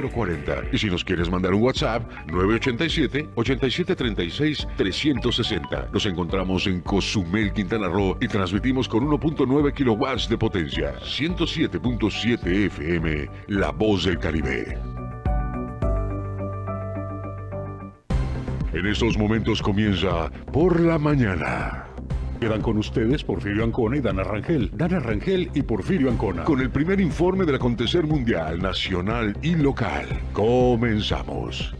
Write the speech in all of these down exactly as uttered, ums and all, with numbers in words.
cero cuatro cero. Y si nos quieres mandar un WhatsApp, nueve ocho siete, ocho siete tres seis, tres seis cero. Nos encontramos en Cozumel, Quintana Roo y transmitimos con uno punto nueve kilowatts de potencia. ciento siete punto siete F M, La Voz del Caribe. En estos momentos comienza Por la Mañana. Quedan con ustedes Porfirio Ancona y Dana Rangel. Dana Rangel y Porfirio Ancona. Con el primer informe del acontecer mundial, nacional y local. Comenzamos.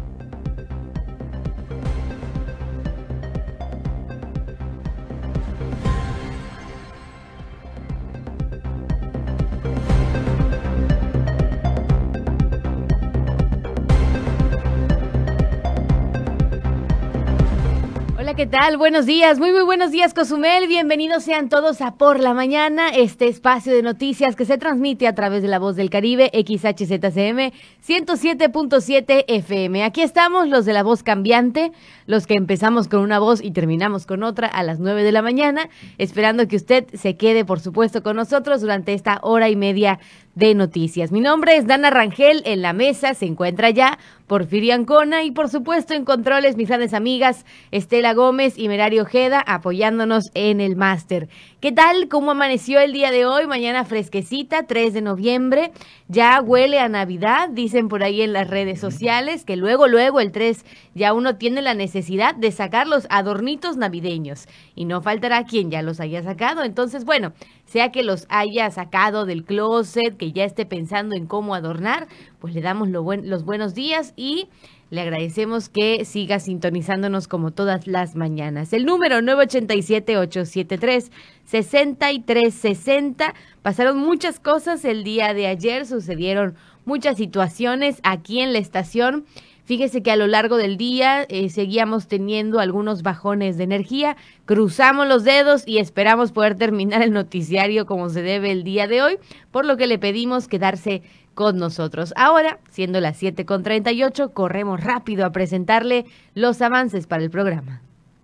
¿Qué tal? Buenos días, muy muy buenos días, Cozumel. Bienvenidos sean todos a Por la Mañana, este espacio de noticias que se transmite a través de La Voz del Caribe, X H Z C M ciento siete punto siete F M. Aquí estamos los de la voz cambiante, los que empezamos con una voz y terminamos con otra a las nueve de la mañana, esperando que usted se quede, por supuesto, con nosotros durante esta hora y media de noticias. Mi nombre es Dana Rangel, en la mesa se encuentra ya Porfirio Ancona y por supuesto en controles mis grandes amigas Estela Gómez y Merari Ojeda apoyándonos en el máster. ¿Qué tal? ¿Cómo amaneció el día de hoy? Mañana fresquecita, tres de noviembre, ya huele a Navidad, dicen por ahí en las redes sociales, que luego, luego el tres ya uno tiene la necesidad de sacar los adornitos navideños y no faltará quien ya los haya sacado. Entonces, bueno, sea que los haya sacado del closet, que ya esté pensando en cómo adornar, pues le damos lo buen, los buenos días y le agradecemos que siga sintonizándonos como todas las mañanas. El número nueve ocho siete, ocho siete tres, seis tres seis cero. Pasaron muchas cosas el día de ayer, sucedieron muchas situaciones aquí en la estación. Fíjese que a lo largo del día eh, seguíamos teniendo algunos bajones de energía, cruzamos los dedos y esperamos poder terminar el noticiario como se debe el día de hoy, por lo que le pedimos quedarse con nosotros. Ahora, siendo las siete con treinta y ocho, corremos rápido a presentarle los avances para el programa.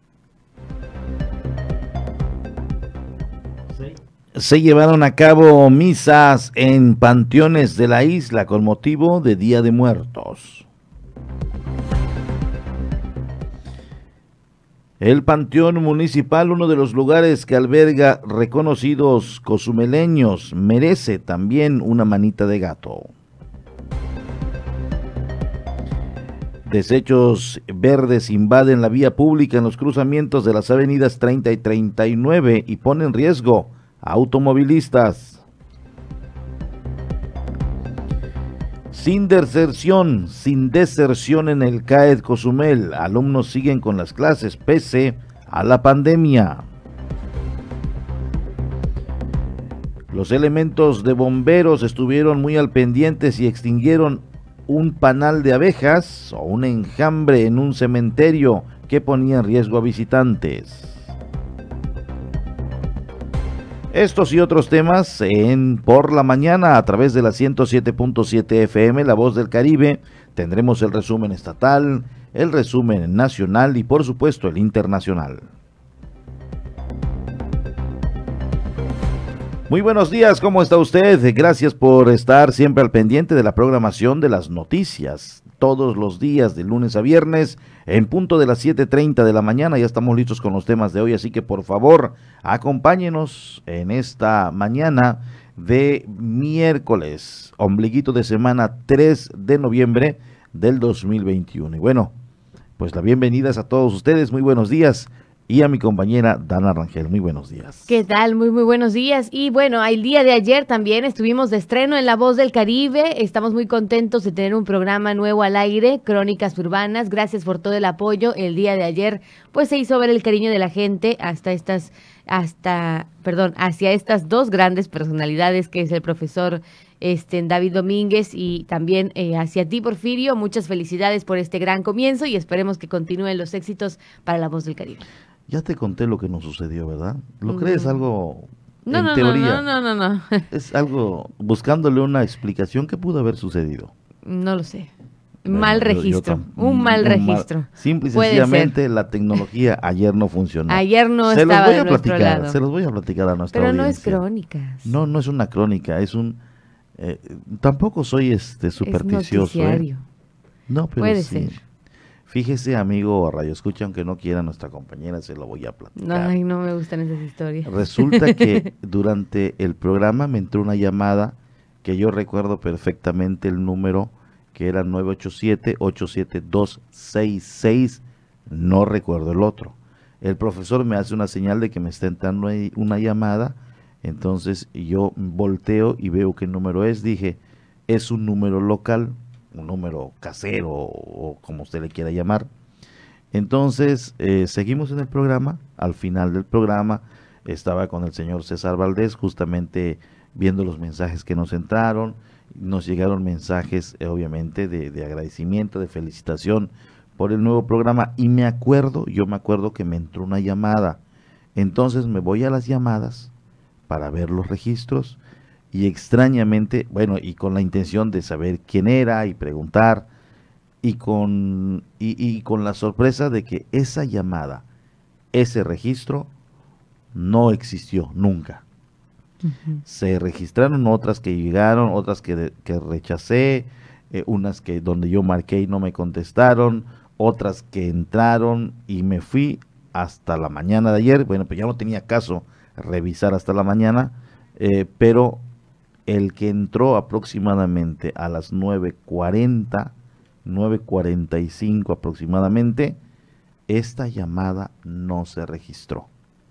Se llevaron a cabo misas en panteones de la isla con motivo de Día de Muertos. El Panteón Municipal, uno de los lugares que alberga reconocidos cozumeleños, merece también una manita de gato. Desechos verdes invaden la vía pública en los cruzamientos de las avenidas treinta y treinta y nueve y ponen en riesgo a automovilistas. Sin deserción, sin deserción en el C A E D Cozumel, alumnos siguen con las clases pese a la pandemia. Los elementos de bomberos estuvieron muy al pendientes y extinguieron un panal de abejas o un enjambre en un cementerio que ponía en riesgo a visitantes. Estos y otros temas en Por la Mañana a través de la ciento siete punto siete F M, La Voz del Caribe. Tendremos el resumen estatal, el resumen nacional y por supuesto el internacional. Muy buenos días, ¿cómo está usted? Gracias por estar siempre al pendiente de la programación de las noticias. Todos los días, de lunes a viernes, en punto de las siete treinta de la mañana, ya estamos listos con los temas de hoy, así que por favor, acompáñenos en esta mañana de miércoles, ombliguito de semana tres de noviembre del dos mil veintiuno. Y bueno, pues la bienvenida es a todos ustedes, muy buenos días. Y a mi compañera Dana Rangel, muy buenos días. ¿Qué tal? Muy, muy buenos días. Y bueno, el día de ayer también estuvimos de estreno en La Voz del Caribe. Estamos muy contentos de tener un programa nuevo al aire, Crónicas Urbanas. Gracias por todo el apoyo. El día de ayer, pues se hizo ver el cariño de la gente hasta estas, hasta, perdón, hacia estas dos grandes personalidades que es el profesor Este, David Domínguez y también eh, hacia ti, Porfirio. Muchas felicidades por este gran comienzo y esperemos que continúen los éxitos para La Voz del Caribe. Ya te conté lo que nos sucedió, ¿verdad? ¿Lo crees no. algo no, en no, teoría? No, no, no, no, no. Es algo buscándole una explicación que pudo haber sucedido. No lo sé. Bueno, mal yo- registro, yo tam- un mal un registro. Simple y Puede sencillamente la tecnología ayer no funcionó. Ayer no se los estaba voy de a nuestro platicar, lado. se los voy a platicar a nuestra Pero no es audiencia. crónicas. No, no es una crónica, es un Eh, tampoco soy este supersticioso. Es ¿eh? noticiario. No, pero Puede sí. ser. Fíjese, amigo Radio Escucha, aunque no quiera nuestra compañera, se lo voy a platicar. Ay, no me gustan esas historias. Resulta que durante el programa me entró una llamada que yo recuerdo perfectamente el número, que era nueve ocho siete, ocho siete dos, seis seis, no recuerdo el otro. El profesor me hace una señal de que me está entrando ahí una llamada, entonces yo volteo y veo qué número es. Dije, es un número local, un número casero o, o como usted le quiera llamar. Entonces eh, seguimos en el programa. Al final del programa estaba con el señor César Valdés justamente viendo los mensajes que nos entraron. Nos llegaron mensajes eh, obviamente de, de agradecimiento, de felicitación por el nuevo programa, y me acuerdo, yo me acuerdo que me entró una llamada. Entonces me voy a las llamadas para ver los registros, y extrañamente, bueno, y con la intención de saber quién era y preguntar, y con, y, y con la sorpresa de que esa llamada, ese registro, no existió nunca. Ujú. Se registraron otras que llegaron, otras que, que rechacé, eh, unas que donde yo marqué y no me contestaron, otras que entraron, y me fui hasta la mañana de ayer. Bueno, pues ya no tenía caso revisar hasta la mañana, eh, pero el que entró aproximadamente a las nueve cuarenta, nueve cuarenta y cinco aproximadamente, esta llamada no se registró.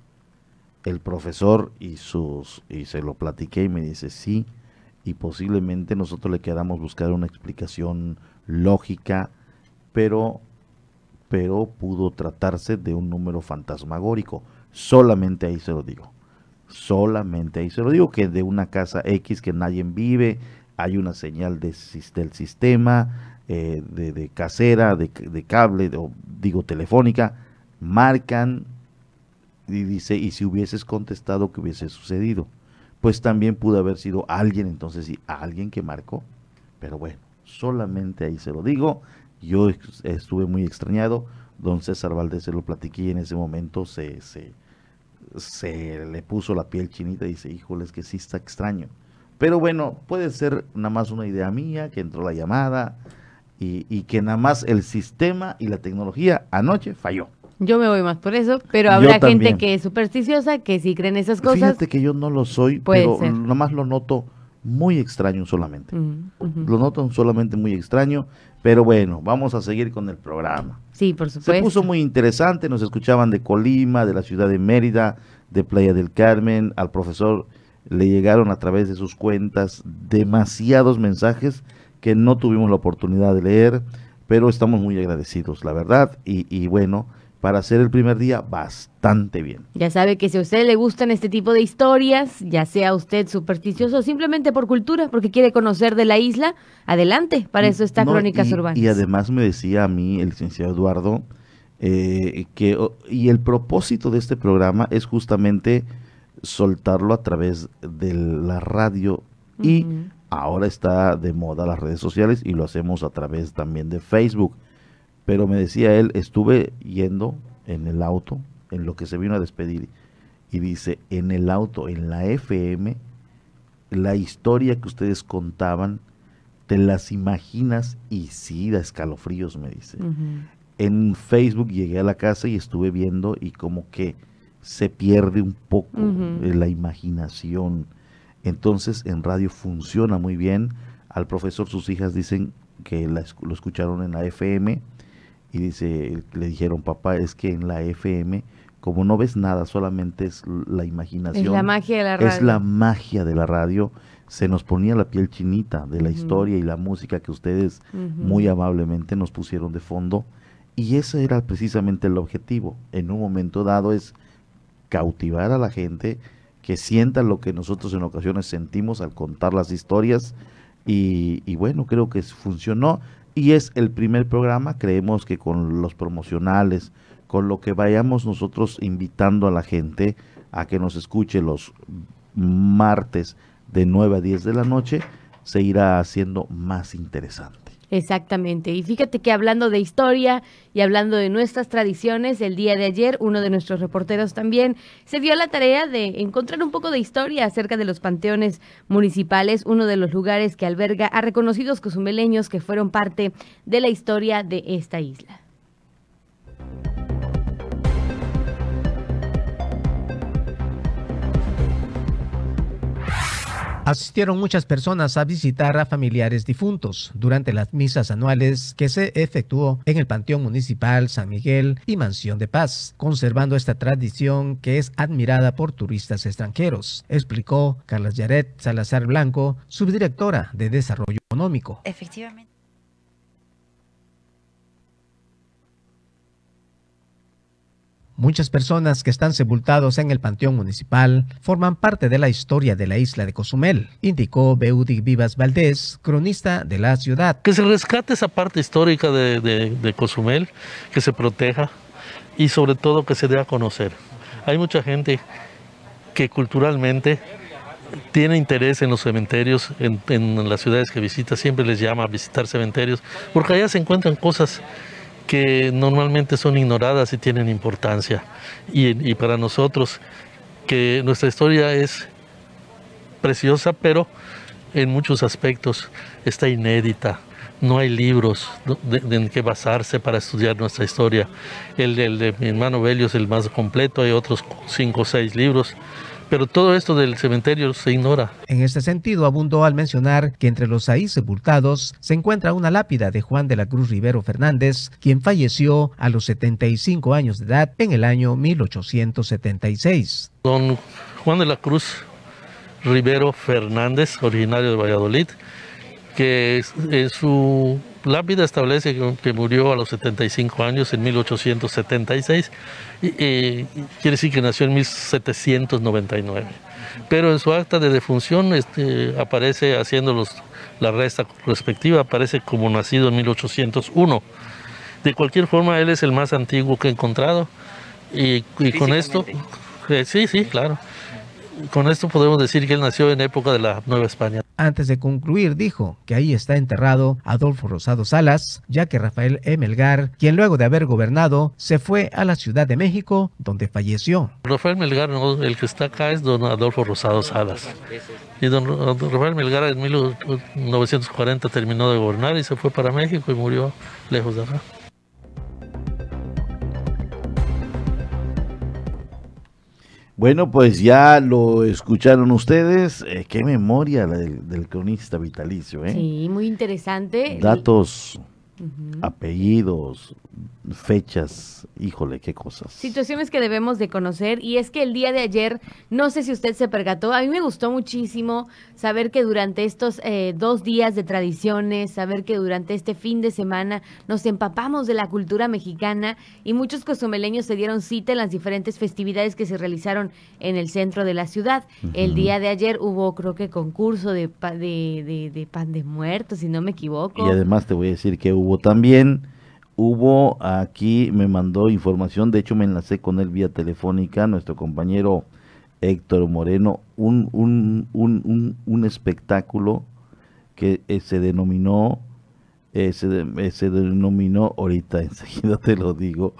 El profesor y sus y se lo platiqué y me dice sí, y posiblemente nosotros le queramos buscar una explicación lógica, pero pero pudo tratarse de un número fantasmagórico. Solamente ahí se lo digo. Solamente ahí se lo digo, que de una casa X que nadie vive, hay una señal de, del sistema, eh, de, de casera, de, de cable, de, o digo telefónica, marcan y dice, y si hubieses contestado, ¿qué hubiese sucedido? Pues también pudo haber sido alguien, entonces sí, alguien que marcó, pero bueno, solamente ahí se lo digo. Yo estuve muy extrañado, don César Valdés se lo platiqué y en ese momento se, se, se le puso la piel chinita y dice, híjole, es que sí está extraño. Pero bueno, puede ser nada más una idea mía, que entró la llamada y, y que nada más el sistema y la tecnología anoche falló. Yo me voy más por eso, pero Yo habrá gente también. que es supersticiosa, que sí creen esas cosas. Fíjate que yo no lo soy, Puede pero ser. nada más lo noto muy extraño solamente. Ujú, ujú. Lo noto solamente muy extraño, pero bueno, vamos a seguir con el programa. Sí, por Se supuesto. puso muy interesante, nos escuchaban de Colima, de la ciudad de Mérida, de Playa del Carmen. Al profesor le llegaron a través de sus cuentas demasiados mensajes que no tuvimos la oportunidad de leer, pero estamos muy agradecidos, la verdad, y, y bueno, para hacer el primer día, bastante bien. Ya sabe que si a usted le gustan este tipo de historias, ya sea usted supersticioso o simplemente por cultura, porque quiere conocer de la isla, adelante, para eso está No, Crónicas y, Urbanas. Y además me decía a mí el licenciado Eduardo, eh, que oh, y el propósito de este programa es justamente soltarlo a través de la radio, y Ujú. ahora está de moda las redes sociales y lo hacemos a través también de Facebook. Pero me decía él, estuve yendo en el auto, en lo que se vino a despedir, y dice, en el auto, en la F M, la historia que ustedes contaban, te las imaginas y sí, da escalofríos, me dice. Ujú. En Facebook llegué a la casa y estuve viendo y como que se pierde un poco Ujú. eh, la imaginación. Entonces en radio funciona muy bien. Al profesor sus hijas dicen que la esc- lo escucharon en la F M, y dice, le dijeron, papá, es que en la F M, como no ves nada, solamente es la imaginación. Es la magia de la radio. Es la magia de la radio. Se nos ponía la piel chinita de la Ujú. historia y la música que ustedes Ujú. muy amablemente nos pusieron de fondo. Y ese era precisamente el objetivo. En un momento dado es cautivar a la gente, que sientan lo que nosotros en ocasiones sentimos al contar las historias. Y, y bueno, creo que funcionó. Y es el primer programa, creemos que con los promocionales, con lo que vayamos nosotros invitando a la gente a que nos escuche los martes de nueve a diez de la noche, se irá haciendo más interesante. Exactamente. Y fíjate que hablando de historia y hablando de nuestras tradiciones, el día de ayer uno de nuestros reporteros también se dio a la tarea de encontrar un poco de historia acerca de los panteones municipales, uno de los lugares que alberga a reconocidos cozumeleños que fueron parte de la historia de esta isla. Asistieron muchas personas a visitar a familiares difuntos durante las misas anuales que se efectuó en el Panteón Municipal San Miguel y Mansión de Paz, conservando esta tradición que es admirada por turistas extranjeros, explicó Carla Yaret Salazar Blanco, subdirectora de Desarrollo Económico. Efectivamente. Muchas personas que están sepultados en el Panteón Municipal forman parte de la historia de la isla de Cozumel, indicó Beudi Vivas Valdés, cronista de la ciudad. Que se rescate esa parte histórica de, de, de Cozumel, que se proteja y sobre todo que se dé a conocer. Hay mucha gente que culturalmente tiene interés en los cementerios, en, en las ciudades que visita, siempre les llama a visitar cementerios, porque allá se encuentran cosas que normalmente son ignoradas y tienen importancia. Y, y para nosotros, que nuestra historia es preciosa, pero en muchos aspectos está inédita. No hay libros de, de, en que basarse para estudiar nuestra historia. El, el de mi hermano Belio es el más completo, hay otros cinco o seis libros. Pero todo esto del cementerio se ignora. En este sentido, abundó al mencionar que entre los ahí sepultados se encuentra una lápida de Juan de la Cruz Rivero Fernández, quien falleció a los setenta y cinco años de edad en el año mil ochocientos setenta y seis. Don Juan de la Cruz Rivero Fernández, originario de Valladolid, que en su lápida establece que, que murió a los setenta y cinco años en mil ochocientos setenta y seis, y, y quiere decir que nació en mil setecientos noventa y nueve. Pero en su acta de defunción este, aparece, haciendo los, la resta respectiva, aparece como nacido en mil ochocientos uno. De cualquier forma, él es el más antiguo que he encontrado, y, y con esto, eh, sí, sí, claro. Con esto podemos decir que él nació en época de la Nueva España. Antes de concluir, dijo que ahí está enterrado Adolfo Rosado Salas, ya que Rafael E. Melgar, quien luego de haber gobernado, se fue a la Ciudad de México, donde falleció. Rafael Melgar, no, el que está acá es don Adolfo Rosado Salas. Y don, don Rafael Melgar en mil novecientos cuarenta terminó de gobernar y se fue para México y murió lejos de acá. Bueno, pues ya lo escucharon ustedes. Eh, qué memoria la del, del cronista vitalicio, ¿eh? Sí, muy interesante. Datos, uh-huh. apellidos, fechas, híjole, qué cosas. Situaciones que debemos de conocer, y es que el día de ayer, no sé si usted se percató, a mí me gustó muchísimo saber que durante estos eh, dos días de tradiciones, saber que durante este fin de semana nos empapamos de la cultura mexicana y muchos cozumeleños se dieron cita en las diferentes festividades que se realizaron en el centro de la ciudad. Uh-huh. El día de ayer hubo, creo que, concurso de, pa, de, de, de pan de muertos, si no me equivoco. Y además te voy a decir que hubo también... Hubo aquí, me mandó información, de hecho me enlacé con él vía telefónica, nuestro compañero Héctor Moreno, un, un, un, un, un espectáculo que eh, se denominó, eh, se, eh, se denominó, ahorita enseguida te lo digo,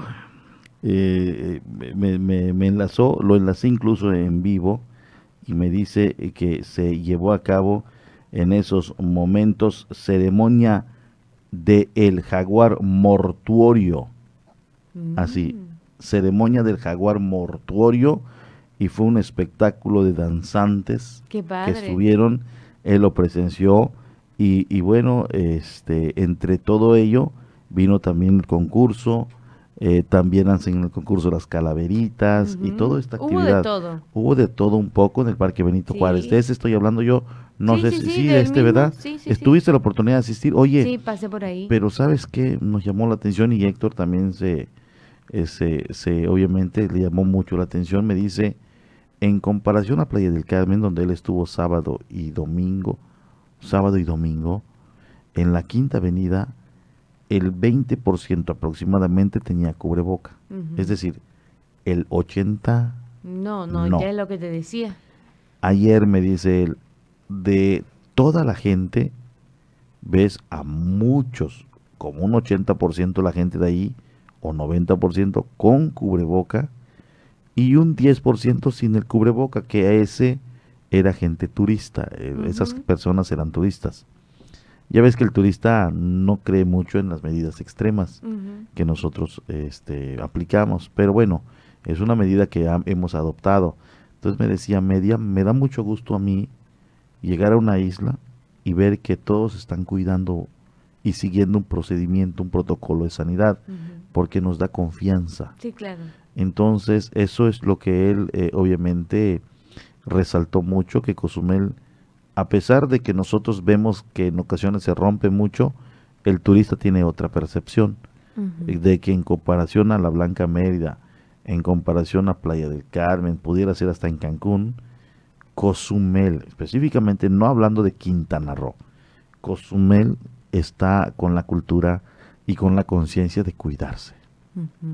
eh, me, me, me enlazó, lo enlacé incluso en vivo y me dice que se llevó a cabo en esos momentos ceremonia de el jaguar mortuorio, mm. así, ceremonia del jaguar mortuorio, y fue un espectáculo de danzantes que estuvieron, él lo presenció, y, y bueno, este, entre todo ello, vino también el concurso, eh, también hacen el concurso las calaveritas, uh-huh. y toda esta actividad. Hubo de todo. Hubo de todo un poco en el Parque Benito sí. Juárez, de ese estoy hablando yo. No sí, sé sí, si sí, sí, de este, mismo. ¿verdad? Sí, sí, ¿Estuviste sí. la oportunidad de asistir? Oye, sí, pasé por ahí. Pero ¿sabes qué? Nos llamó la atención y Héctor también se, eh, se, se, obviamente le llamó mucho la atención. Me dice, en comparación a Playa del Carmen, donde él estuvo sábado y domingo, sábado y domingo, en la Quinta Avenida, el veinte por ciento aproximadamente tenía cubreboca. Uh-huh. Es decir, el ochenta por ciento no, no, no. ya es lo que te decía. Ayer me dice él, de toda la gente, ves a muchos, como un ochenta por ciento de la gente de ahí, o noventa por ciento con cubreboca, y un diez por ciento sin el cubreboca, que a ese era gente turista, eh, Ujú. esas personas eran turistas. Ya ves que el turista no cree mucho en las medidas extremas Ujú. que nosotros este, aplicamos, pero bueno, es una medida que ha- hemos adoptado. Entonces me decía, media, me da mucho gusto a mí llegar a una isla y ver que todos están cuidando y siguiendo un procedimiento, un protocolo de sanidad, Ujú. porque nos da confianza. Sí, claro. Entonces, eso es lo que él eh, obviamente resaltó mucho, que Cozumel, a pesar de que nosotros vemos que en ocasiones se rompe mucho, el turista tiene otra percepción, Ujú. eh, de que en comparación a la Blanca Mérida, en comparación a Playa del Carmen, pudiera ser hasta en Cancún, Cozumel, específicamente no hablando de Quintana Roo, Cozumel está con la cultura y con la conciencia de cuidarse. Ujú.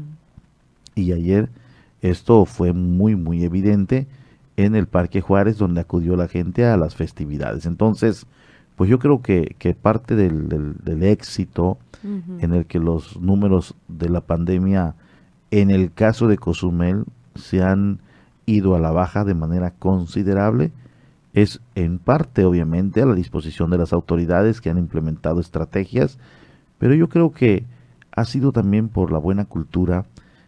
Y ayer esto fue muy, muy evidente en el Parque Juárez, donde acudió la gente a las festividades. Entonces, pues yo creo que, que parte del, del, del éxito Ujú. en el que los números de la pandemia, en el caso de Cozumel, se han ido a la baja de manera considerable, es en parte obviamente a la disposición de las autoridades que han implementado estrategias, pero yo creo que ha sido también por la buena cultura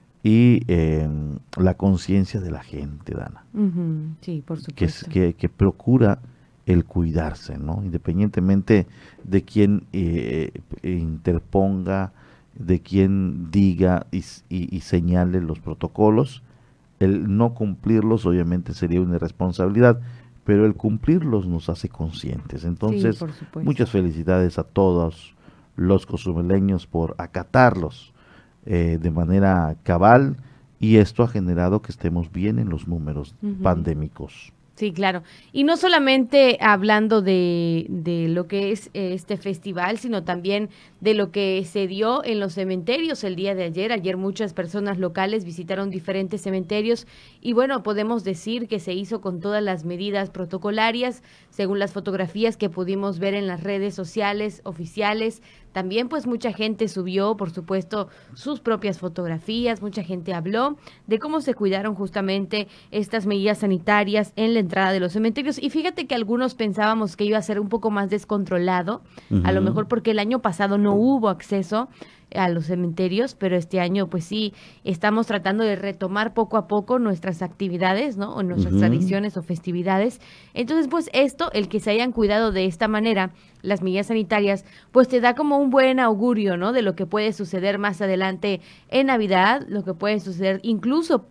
y eh, la conciencia de la gente, Dana, Ujú. Sí, por que, es- supuesto. que, que procura el cuidarse, ¿no? Independientemente de quién eh, interponga, de quién diga y, s- y- y señale los protocolos, el no cumplirlos obviamente sería una irresponsabilidad, pero el cumplirlos nos hace conscientes. Entonces, Sí, por supuesto. muchas felicidades a todos los cozumeleños por acatarlos eh, de manera cabal, y esto ha generado que estemos bien en los números Ujú. pandémicos. Sí, claro. Y no solamente hablando de, de lo que es eh, este festival, sino también de lo que se dio en los cementerios el día de ayer. Ayer muchas personas locales visitaron diferentes cementerios y bueno, podemos decir que se hizo con todas las medidas protocolarias, según las fotografías que pudimos ver en las redes sociales oficiales. También pues mucha gente subió, por supuesto, sus propias fotografías, mucha gente habló de cómo se cuidaron justamente estas medidas sanitarias en la entrada de los cementerios. Y fíjate que algunos pensábamos que iba a ser un poco más descontrolado, a lo Ujú. mejor porque el año pasado no hubo acceso a los cementerios, pero este año pues sí, estamos tratando de retomar poco a poco nuestras actividades, ¿no? O nuestras Ujú. tradiciones o festividades. Entonces pues esto, el que se hayan cuidado de esta manera, las medidas sanitarias, pues te da como un buen augurio, ¿no? De lo que puede suceder más adelante en Navidad, lo que puede suceder incluso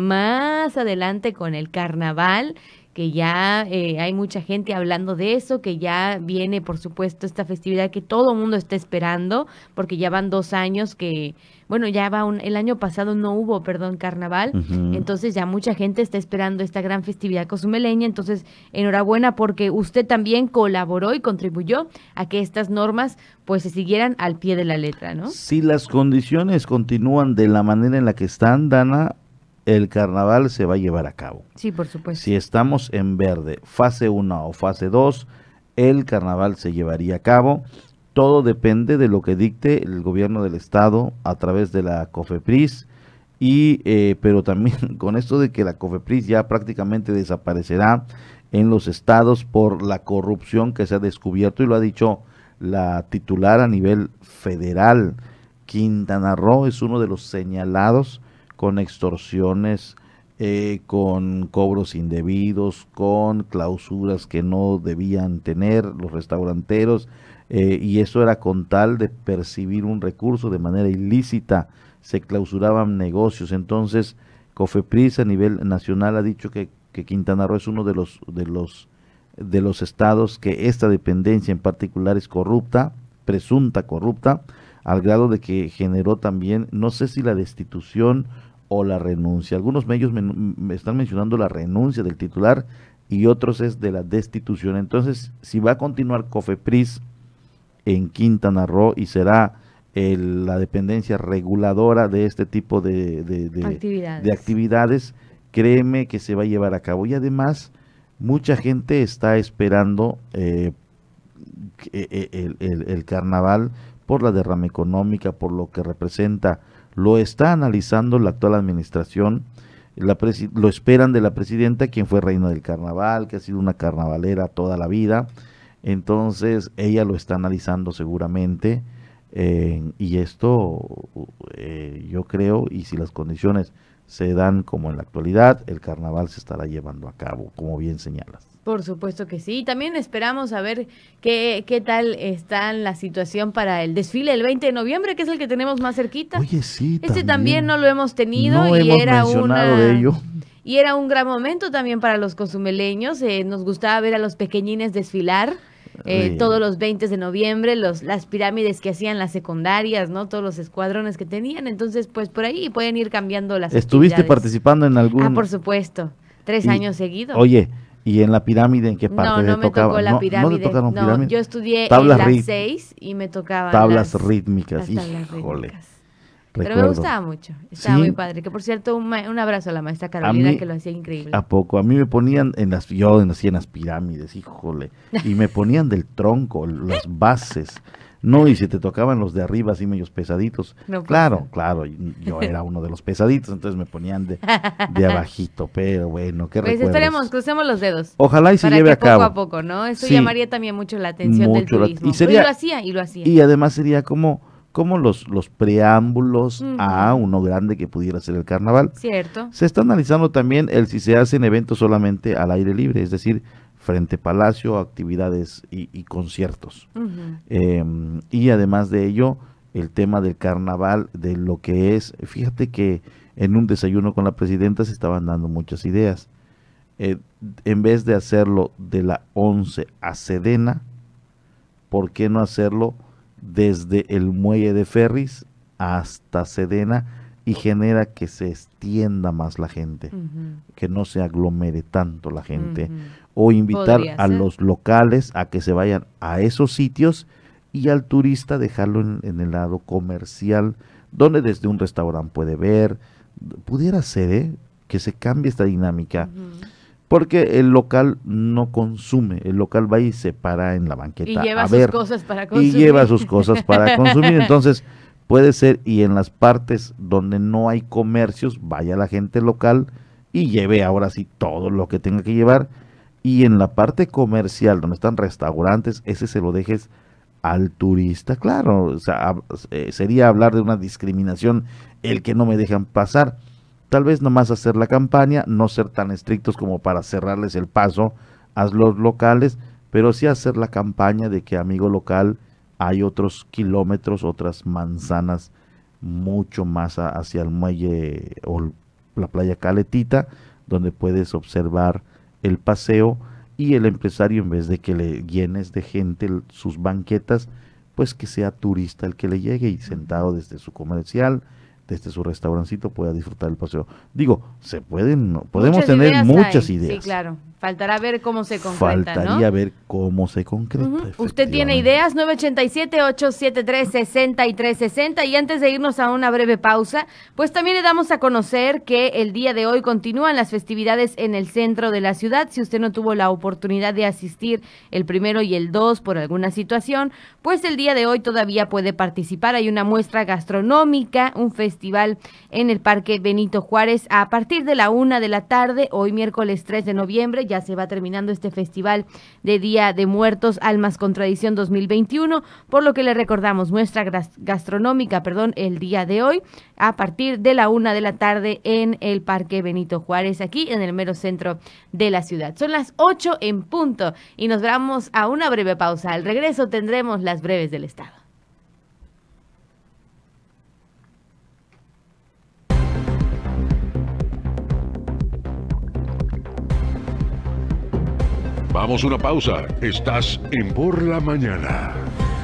más adelante con el carnaval, que ya eh, hay mucha gente hablando de eso, que ya viene, por supuesto, esta festividad que todo el mundo está esperando, porque ya van dos años que, bueno, ya va un, el año pasado no hubo, perdón, carnaval, Ujú. entonces ya mucha gente está esperando esta gran festividad cozumeleña, entonces enhorabuena porque usted también colaboró y contribuyó a que estas normas pues se siguieran al pie de la letra, ¿no? Si las condiciones continúan de la manera en la que están, Dana, el carnaval se va a llevar a cabo. Sí, por supuesto. Si estamos en verde, fase uno o fase dos, el carnaval se llevaría a cabo. Todo depende de lo que dicte el gobierno del estado a través de la COFEPRIS, y eh, pero también con esto de que la COFEPRIS ya prácticamente desaparecerá en los estados por la corrupción que se ha descubierto, y lo ha dicho la titular a nivel federal. Quintana Roo es uno de los señalados con extorsiones, eh, con cobros indebidos, con clausuras que no debían tener los restauranteros, eh, y eso era con tal de percibir un recurso de manera ilícita, se clausuraban negocios. Entonces, COFEPRIS a nivel nacional ha dicho que, que Quintana Roo es uno de los, de los, de los estados que esta dependencia en particular es corrupta, presunta corrupta, al grado de que generó también, no sé si la destitución o la renuncia. Algunos medios me, me están mencionando la renuncia del titular y otros es de la destitución. Entonces, si va a continuar COFEPRIS en Quintana Roo y será el, la dependencia reguladora de este tipo de, de, de, Actividades. de actividades, créeme que se va a llevar a cabo. Y además, mucha gente está esperando, eh, el, el, el carnaval, por la derrama económica, por lo que representa, lo está analizando la actual administración, la presi- lo esperan de la presidenta, quien fue reina del carnaval, que ha sido una carnavalera toda la vida, entonces ella lo está analizando seguramente, eh, y esto eh, yo creo, y si las condiciones se dan como en la actualidad, el carnaval se estará llevando a cabo, como bien señalas. Por supuesto que sí. También esperamos a ver qué, qué tal está la situación para el desfile el veinte de noviembre, que es el que tenemos más cerquita. Oye, sí, Este también no lo hemos tenido no y hemos era mencionado una de ello. y era un gran momento también para los cozumeleños. Eh, nos gustaba ver a los pequeñines desfilar. Eh, Sí. todos los veinte de noviembre, los, las pirámides que hacían las secundarias, ¿no? Todos los escuadrones que tenían. Entonces, pues por ahí pueden ir cambiando las ¿Estuviste actividades. participando en algún? Ah, por supuesto. Tres Y- años seguidos. Oye, ¿y en la pirámide en qué parte no, te no me tocaba? tocó la ¿No- pirámide. ¿No te tocaron No, pirámide? yo estudié Tablas en rit- las seis y me tocaban Tablas las, rítmicas, las tablas híjole. rítmicas. Pero me Recuerdo. gustaba mucho, estaba Sí. muy padre. Que por cierto, un, ma- un abrazo a la maestra Carolina, mí- que lo hacía increíble. ¿A poco? A mí me ponían en las, yo nací en las pirámides, híjole, y me ponían del tronco, las bases. No, y si te tocaban los de arriba, así medios pesaditos. No puede claro, ser. claro, y yo era uno de los pesaditos, entonces me ponían de, de abajito, pero bueno, qué Pues recuerdos. esperemos, crucemos los dedos. Ojalá y se para lleve que a cabo. poco a poco, ¿no? Eso Sí. llamaría también mucho la atención Mucho la- del turismo. y sería- lo hacía, y lo hacía. Y además sería como, como los, los preámbulos Ujú. a uno grande que pudiera ser el carnaval. Cierto. Se está analizando también el si se hacen eventos solamente al aire libre, es decir, frente Palacio, actividades y, y conciertos. Ujú. Eh, y además de ello, el tema del carnaval, de lo que es, fíjate que en un desayuno con la presidenta se estaban dando muchas ideas. Eh, en vez de hacerlo de la once a Sedena, ¿por qué no hacerlo desde el muelle de ferries hasta Sedena y genera que se extienda más la gente, Ujú. que no se aglomere tanto la gente? Ujú. O invitar Podría a ser. los locales a que se vayan a esos sitios y al turista dejarlo en, en el lado comercial, donde desde un restaurante puede ver, pudiera ser, ¿eh? Que se cambie esta dinámica, Ujú. porque el local no consume, el local va y se para en la banqueta Y lleva a sus ver cosas para y consumir. lleva sus cosas para consumir, entonces puede ser, y en las partes donde no hay comercios, vaya la gente local y lleve ahora sí todo lo que tenga que llevar, y en la parte comercial donde están restaurantes, ese se lo dejes al turista, claro, o sea, hab- eh, sería hablar de una discriminación el que no me dejan pasar. Tal vez nomás hacer la campaña, no ser tan estrictos como para cerrarles el paso a los locales, pero sí hacer la campaña de que, amigo local, hay otros kilómetros, otras manzanas mucho más a- hacia el muelle o la playa Caletita, donde puedes observar el paseo, y el empresario, en vez de que le llenes de gente el- sus banquetas, pues que sea turista el que le llegue y sentado desde su comercial, desde su restaurancito, pueda disfrutar el paseo. Digo, se pueden, podemos Muchas tener ideas muchas hay. ideas. Sí, claro. Faltará ver cómo se concreta, Faltaría ¿no? ver cómo se concreta. Ujú. Usted tiene efectivamente. ideas, nueve ocho siete, ocho siete tres, seis tres seis cero. Y antes de irnos a una breve pausa, pues también le damos a conocer que el día de hoy continúan las festividades en el centro de la ciudad. Si usted no tuvo la oportunidad de asistir el primero y el dos por alguna situación, pues el día de hoy todavía puede participar. Hay una muestra gastronómica, un festival en el Parque Benito Juárez a partir de la una de la tarde, hoy miércoles tres de noviembre. Ya se va terminando este festival de Día de Muertos, Almas con Tradición dos mil veintiuno, por lo que le recordamos muestra gras- gastronómica, perdón, el día de hoy a partir de la una de la tarde en el Parque Benito Juárez, aquí en el mero centro de la ciudad. Son las ocho en punto y nos vamos a una breve pausa. Al regreso tendremos las breves del Estado. Vamos a una pausa. Estás en Por la Mañana.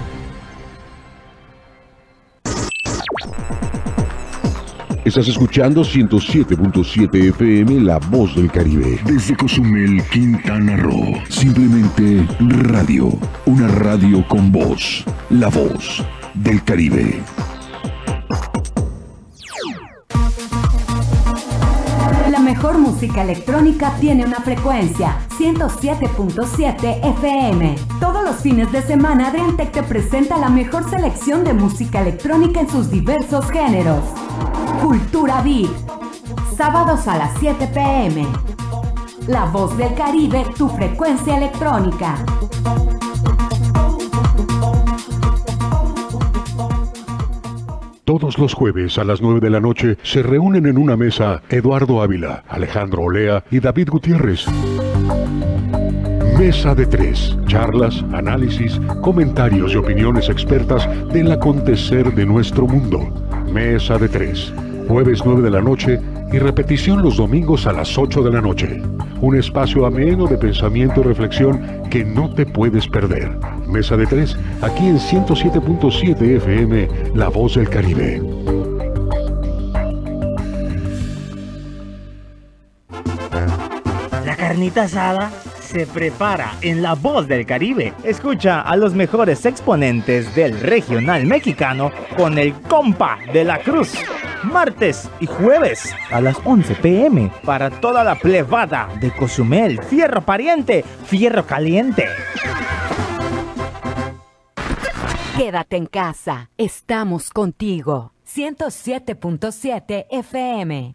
Estás escuchando ciento siete punto siete F M, La Voz del Caribe. Desde Cozumel, Quintana Roo. Simplemente radio. Una radio con voz. La Voz del Caribe. La mejor música electrónica tiene una frecuencia, ciento siete punto siete F M. Todos los fines de semana Adriantec te presenta la mejor selección de música electrónica en sus diversos géneros. Cultura Beat, sábados a las siete P M. La Voz del Caribe, tu frecuencia electrónica. Todos los jueves a las nueve de la noche se reúnen en una mesa Eduardo Ávila, Alejandro Olea y David Gutiérrez. Mesa de tres. Charlas, análisis, comentarios y opiniones expertas del acontecer de nuestro mundo. Mesa de tres. Jueves nueve de la noche y repetición los domingos a las ocho de la noche. Un espacio ameno de pensamiento y reflexión que no te puedes perder. Mesa de tres, aquí en ciento siete punto siete F M, La Voz del Caribe. La carnita asada se prepara en La Voz del Caribe. Escucha a los mejores exponentes del regional mexicano con el compa de la Cruz. Martes y jueves a las once P M para toda la plebada de Cozumel, Fierro Pariente, Fierro Caliente. Quédate en casa, estamos contigo. ciento siete punto siete F M.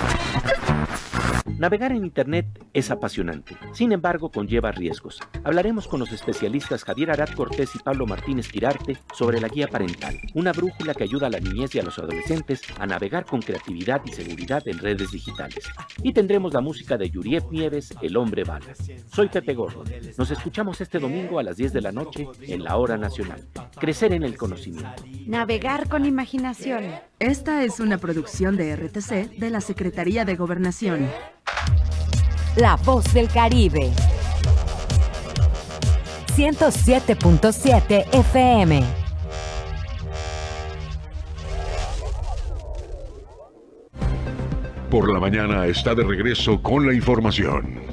Navegar en Internet es apasionante, sin embargo conlleva riesgos. Hablaremos con los especialistas Javier Arad Cortés y Pablo Martínez Quirarte sobre la guía parental, una brújula que ayuda a la niñez y a los adolescentes a navegar con creatividad y seguridad en redes digitales. Y tendremos la música de Yuriet Nieves, El Hombre Bala. Soy Pepe Gordo. Nos escuchamos este domingo a las diez de la noche en la Hora Nacional. Crecer en el conocimiento. Navegar con imaginación. Esta es una producción de R T C de la Secretaría de Gobernación. La Voz del Caribe. ciento siete punto siete F M. Por la mañana está de regreso con la información.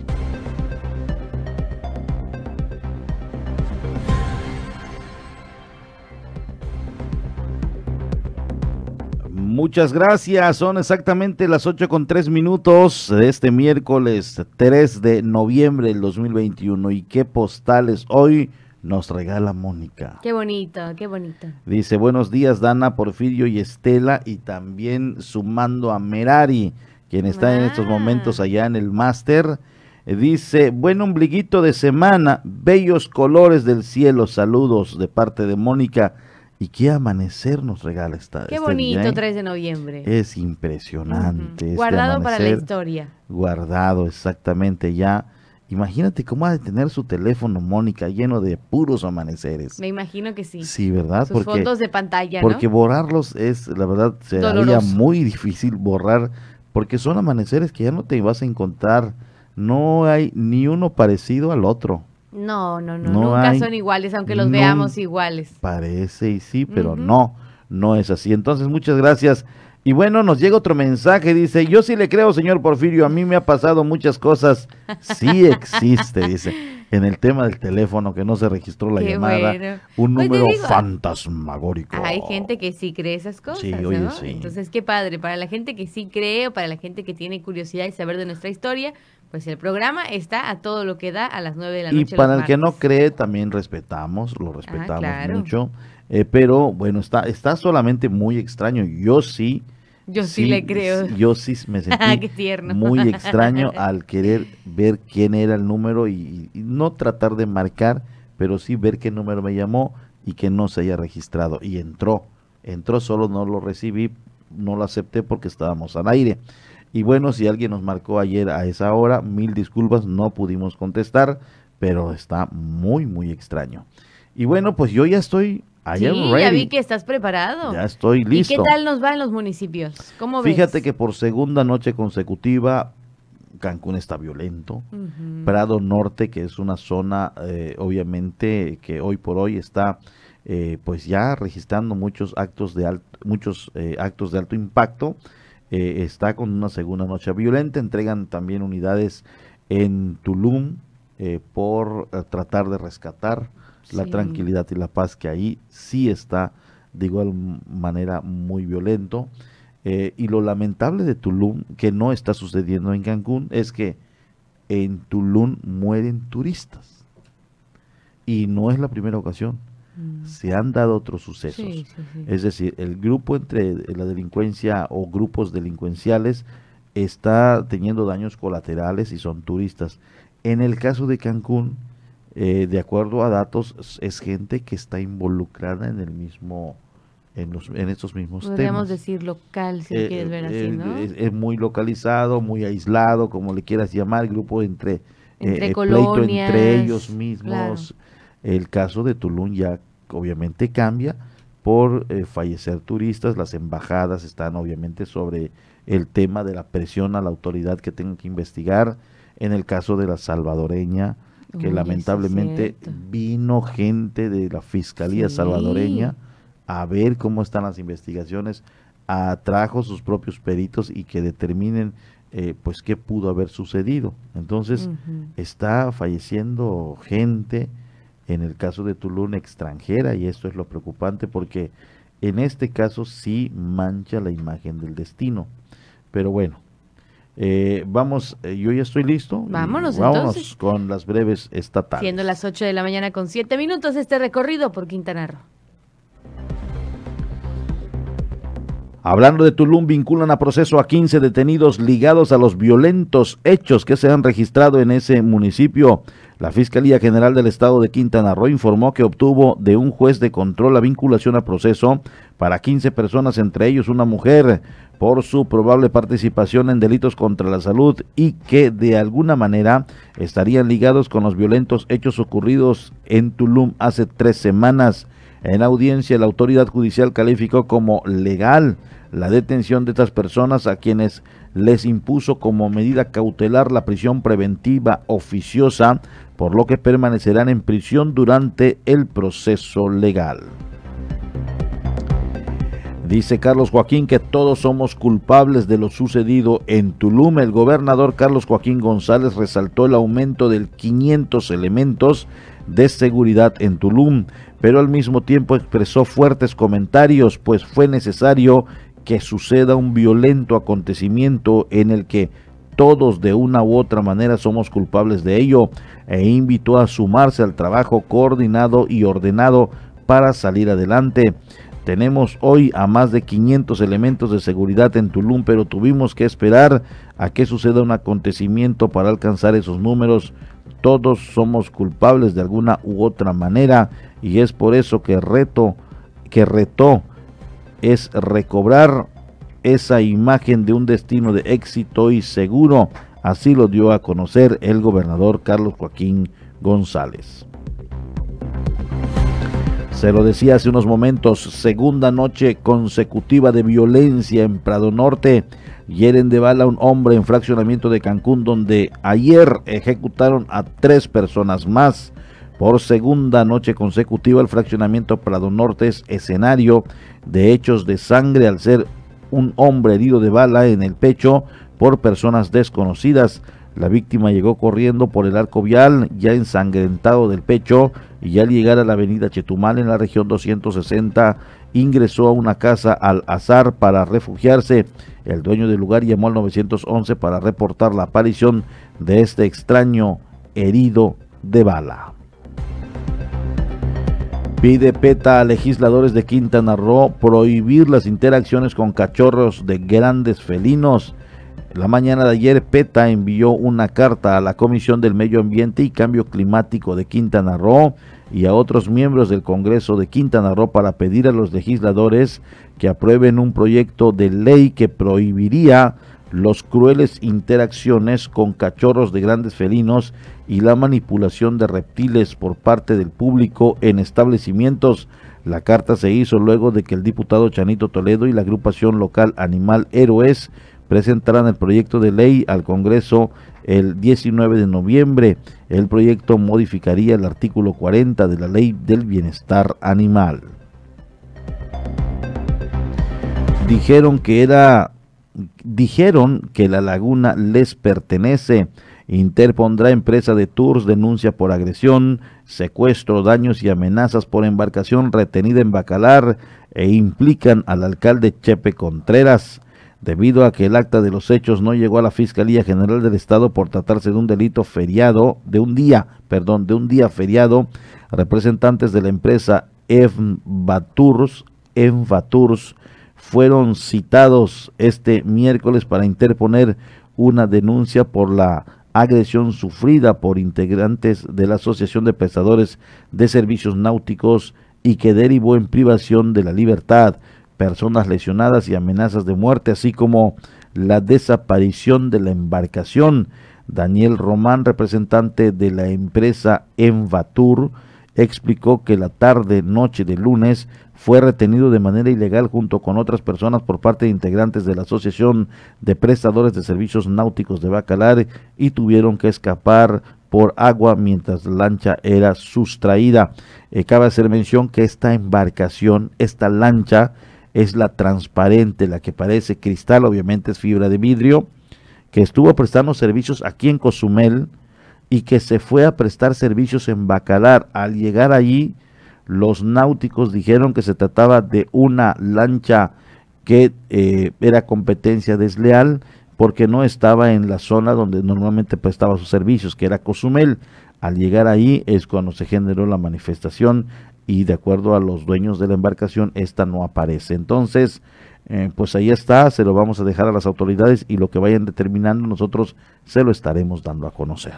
Muchas gracias, son exactamente las ocho con tres minutos de este miércoles tres de noviembre del dos mil veintiuno. Y qué postales hoy nos regala Mónica. Qué bonito, qué bonito. Dice, buenos días Dana, Porfirio y Estela, y también sumando a Merari, quien está ah. en estos momentos allá en el máster. Dice, buen ombliguito de semana, bellos colores del cielo, saludos de parte de Mónica. Y qué amanecer nos regala esta. Qué este bonito, día, ¿eh? tres de noviembre. Es impresionante. Uh-huh. Este Guardado para la amanecer, historia. Guardado, exactamente, ya. Imagínate cómo ha de tener su teléfono, Mónica, lleno de puros amaneceres. Me imagino que sí. Sí, ¿verdad? Sus porque, fondos de pantalla, ¿no? Porque borrarlos es, la verdad, sería doloroso. muy difícil borrar, porque son amaneceres que ya no te vas a encontrar. No hay ni uno parecido al otro. No, no, no, No nunca hay, son iguales, aunque los no veamos iguales. Parece y sí, pero Uh-huh. no, no es así. Entonces, muchas gracias. Y bueno, nos llega otro mensaje, dice, yo sí le creo, señor Porfirio, a mí me ha pasado muchas cosas. Sí existe, dice, en el tema del teléfono, que no se registró la Qué llamada, bueno. un Pues te número digo, fantasmagórico. Hay gente que sí cree esas cosas, Sí, ¿no? oye, sí. Entonces, qué padre, para la gente que sí cree, o para la gente que tiene curiosidad y saber de nuestra historia, pues el programa está a todo lo que da a las nueve de la Y noche. para los el que no martes. cree, también respetamos, lo respetamos claro. mucho, eh, pero bueno, está, está solamente muy extraño. Yo sí, Yo sí, le creo. Yo sí me sentí Qué tierno. muy extraño al querer ver quién era el número y, y no tratar de marcar, pero sí ver qué número me llamó y que no se haya registrado. Y entró, entró, solo no lo recibí, no lo acepté porque estábamos al aire. Y bueno, si alguien nos marcó ayer a esa hora, mil disculpas, no pudimos contestar, pero está muy, muy extraño. Y bueno, pues yo ya estoy... I am Sí, ready. ya vi que estás preparado. Ya estoy listo. ¿Y qué tal nos va en los municipios? ¿Cómo ves? Fíjate que por segunda noche consecutiva Cancún está violento. Uh-huh. Prado Norte, que es una zona eh, obviamente que hoy por hoy está eh, pues ya registrando muchos actos de alto, muchos eh, actos de alto impacto, eh, está con una segunda noche violenta. Entregan también unidades en Tulum eh, por eh, tratar de rescatar la Sí. tranquilidad y la paz, que ahí sí está de igual manera muy violento. Eh, y lo lamentable de Tulum, que no está sucediendo en Cancún, es que en Tulum mueren turistas. Y no es la primera ocasión. Mm. Se han dado otros sucesos. Sí, sí, sí. Es decir, el grupo entre la delincuencia o grupos delincuenciales está teniendo daños colaterales y son turistas. En el caso de Cancún, eh, de acuerdo a datos, es gente que está involucrada en el mismo... En, los, en estos mismos Podríamos temas. Podríamos decir local, si eh, quieres ver así, eh, ¿no? Es, es muy localizado, muy aislado, como le quieras llamar, grupo entre, entre eh, colonias, pleito entre ellos mismos. Claro. El caso de Tulum ya obviamente cambia por eh, fallecer turistas. Las embajadas están obviamente sobre el tema de la presión a la autoridad que tenga que investigar. En el caso de la salvadoreña, que Uy, lamentablemente vino gente de la Fiscalía sí. salvadoreña a ver cómo están las investigaciones, atrajo sus propios peritos y que determinen eh, pues qué pudo haber sucedido. Entonces uh-huh. está falleciendo gente, en el caso de Tulum, extranjera, y esto es lo preocupante porque en este caso sí mancha la imagen del destino. Pero bueno, eh, vamos, eh, yo ya estoy listo. Vámonos, vámonos entonces. Con las breves estatales. Siendo las ocho de la mañana con siete minutos, este recorrido por Quintana Roo. Hablando de Tulum, vinculan a proceso a quince detenidos ligados a los violentos hechos que se han registrado en ese municipio. La Fiscalía General del Estado de Quintana Roo informó que obtuvo de un juez de control la vinculación a proceso para quince personas, entre ellos una mujer, por su probable participación en delitos contra la salud y que de alguna manera estarían ligados con los violentos hechos ocurridos en Tulum hace tres semanas. En audiencia, la autoridad judicial calificó como legal la detención de estas personas, a quienes les impuso como medida cautelar la prisión preventiva oficiosa, por lo que permanecerán en prisión durante el proceso legal. Dice Carlos Joaquín que todos somos culpables de lo sucedido en Tulum. El gobernador Carlos Joaquín González resaltó el aumento de quinientos elementos de seguridad en Tulum, pero al mismo tiempo expresó fuertes comentarios, pues fue necesario que suceda un violento acontecimiento en el que todos de una u otra manera somos culpables de ello, e invitó a sumarse al trabajo coordinado y ordenado para salir adelante. Tenemos hoy a más de quinientos elementos de seguridad en Tulum, pero tuvimos que esperar a que suceda un acontecimiento para alcanzar esos números. Todos somos culpables de alguna u otra manera, y es por eso que reto, que retó es recobrar esa imagen de un destino de éxito y seguro. Así lo dio a conocer el gobernador Carlos Joaquín González. Se lo decía hace unos momentos, segunda noche consecutiva de violencia en Prado Norte. Hieren de bala a un hombre en fraccionamiento de Cancún, donde ayer ejecutaron a tres personas más. Por segunda noche consecutiva, el fraccionamiento Prado Norte es escenario de hechos de sangre al ser un hombre herido de bala en el pecho por personas desconocidas. La víctima llegó corriendo por el arco vial ya ensangrentado del pecho, y al llegar a la avenida Chetumal en la región doscientos sesenta ingresó a una casa al azar para refugiarse. El dueño del lugar llamó al nueve once para reportar la aparición de este extraño herido de bala. Pide PETA a legisladores de Quintana Roo prohibir las interacciones con cachorros de grandes felinos. La mañana de ayer, PETA envió una carta a la Comisión del Medio Ambiente y Cambio Climático de Quintana Roo y a otros miembros del Congreso de Quintana Roo para pedir a los legisladores que aprueben un proyecto de ley que prohibiría los crueles interacciones con cachorros de grandes felinos y la manipulación de reptiles por parte del público en establecimientos. La carta se hizo luego de que el diputado Chanito Toledo y la agrupación local Animal Héroes presentaran el proyecto de ley al Congreso el diecinueve de noviembre. El proyecto modificaría el artículo cuarenta de la Ley del Bienestar Animal. Dijeron que era dijeron que la laguna les pertenece. Interpondrá empresa de tours denuncia por agresión, secuestro, daños y amenazas por embarcación retenida en Bacalar, e implican al alcalde Chepe Contreras. debido a que el acta de los hechos no llegó a la Fiscalía General del Estado por tratarse de un delito feriado, de un día, perdón, de un día feriado. Representantes de la empresa Envaturs, Envaturs fueron citados este miércoles para interponer una denuncia por la agresión sufrida por integrantes de la Asociación de Prestadores de Servicios Náuticos y que derivó en privación de la libertad, personas lesionadas y amenazas de muerte, así como la desaparición de la embarcación. Daniel Román, representante de la empresa Envatur, explicó que la tarde-noche de lunes fue retenido de manera ilegal junto con otras personas por parte de integrantes de la Asociación de Prestadores de Servicios Náuticos de Bacalar y tuvieron que escapar por agua mientras la lancha era sustraída. Eh, cabe hacer mención que esta embarcación, esta lancha, es la transparente, la que parece cristal, obviamente es fibra de vidrio, que estuvo prestando servicios aquí en Cozumel y que se fue a prestar servicios en Bacalar. Al llegar allí, los náuticos dijeron que se trataba de una lancha que eh, era competencia desleal porque no estaba en la zona donde normalmente prestaba sus servicios, que era Cozumel. Al llegar ahí es cuando se generó la manifestación y de acuerdo a los dueños de la embarcación, esta no aparece. Entonces, eh, pues ahí está, se lo vamos a dejar a las autoridades y lo que vayan determinando nosotros se lo estaremos dando a conocer.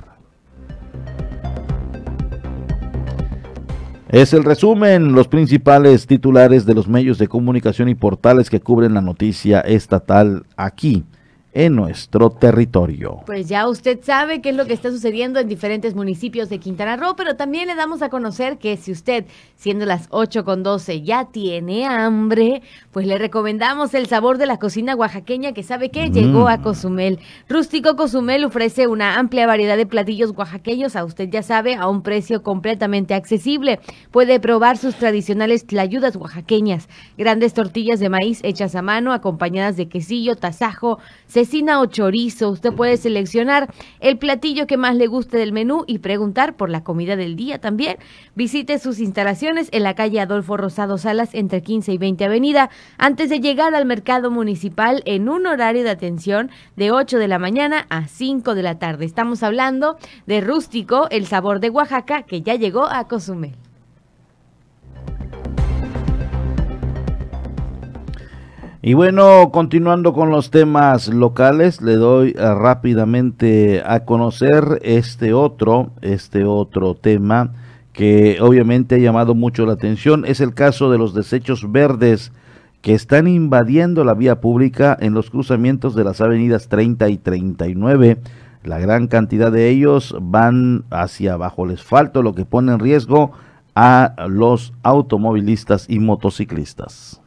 Es el resumen, los principales titulares de los medios de comunicación y portales que cubren la noticia estatal aquí en nuestro territorio. Pues ya usted sabe qué es lo que está sucediendo en diferentes municipios de Quintana Roo, pero también le damos a conocer que si usted, siendo las ocho con doce, ya tiene hambre, pues le recomendamos el sabor de la cocina oaxaqueña que sabe que mm. llegó a Cozumel. Rústico Cozumel ofrece una amplia variedad de platillos oaxaqueños, a usted ya sabe, a un precio completamente accesible. Puede probar sus tradicionales tlayudas oaxaqueñas, grandes tortillas de maíz hechas a mano, acompañadas de quesillo, tasajo, cecina o chorizo. Usted puede seleccionar el platillo que más le guste del menú y preguntar por la comida del día también. Visite sus instalaciones en la calle Adolfo Rosado Salas entre quince y veinte Avenida antes de llegar al mercado municipal en un horario de atención de ocho de la mañana a cinco de la tarde. Estamos hablando de Rústico, el sabor de Oaxaca, que ya llegó a Cozumel. Y bueno, continuando con los temas locales, le doy uh, rápidamente a conocer este otro, este otro tema que obviamente ha llamado mucho la atención. Es el caso de los desechos verdes que están invadiendo la vía pública en los cruzamientos de las avenidas treinta y treinta y nueve. La gran cantidad de ellos van hacia bajo el asfalto, lo que pone en riesgo a los automovilistas y motociclistas.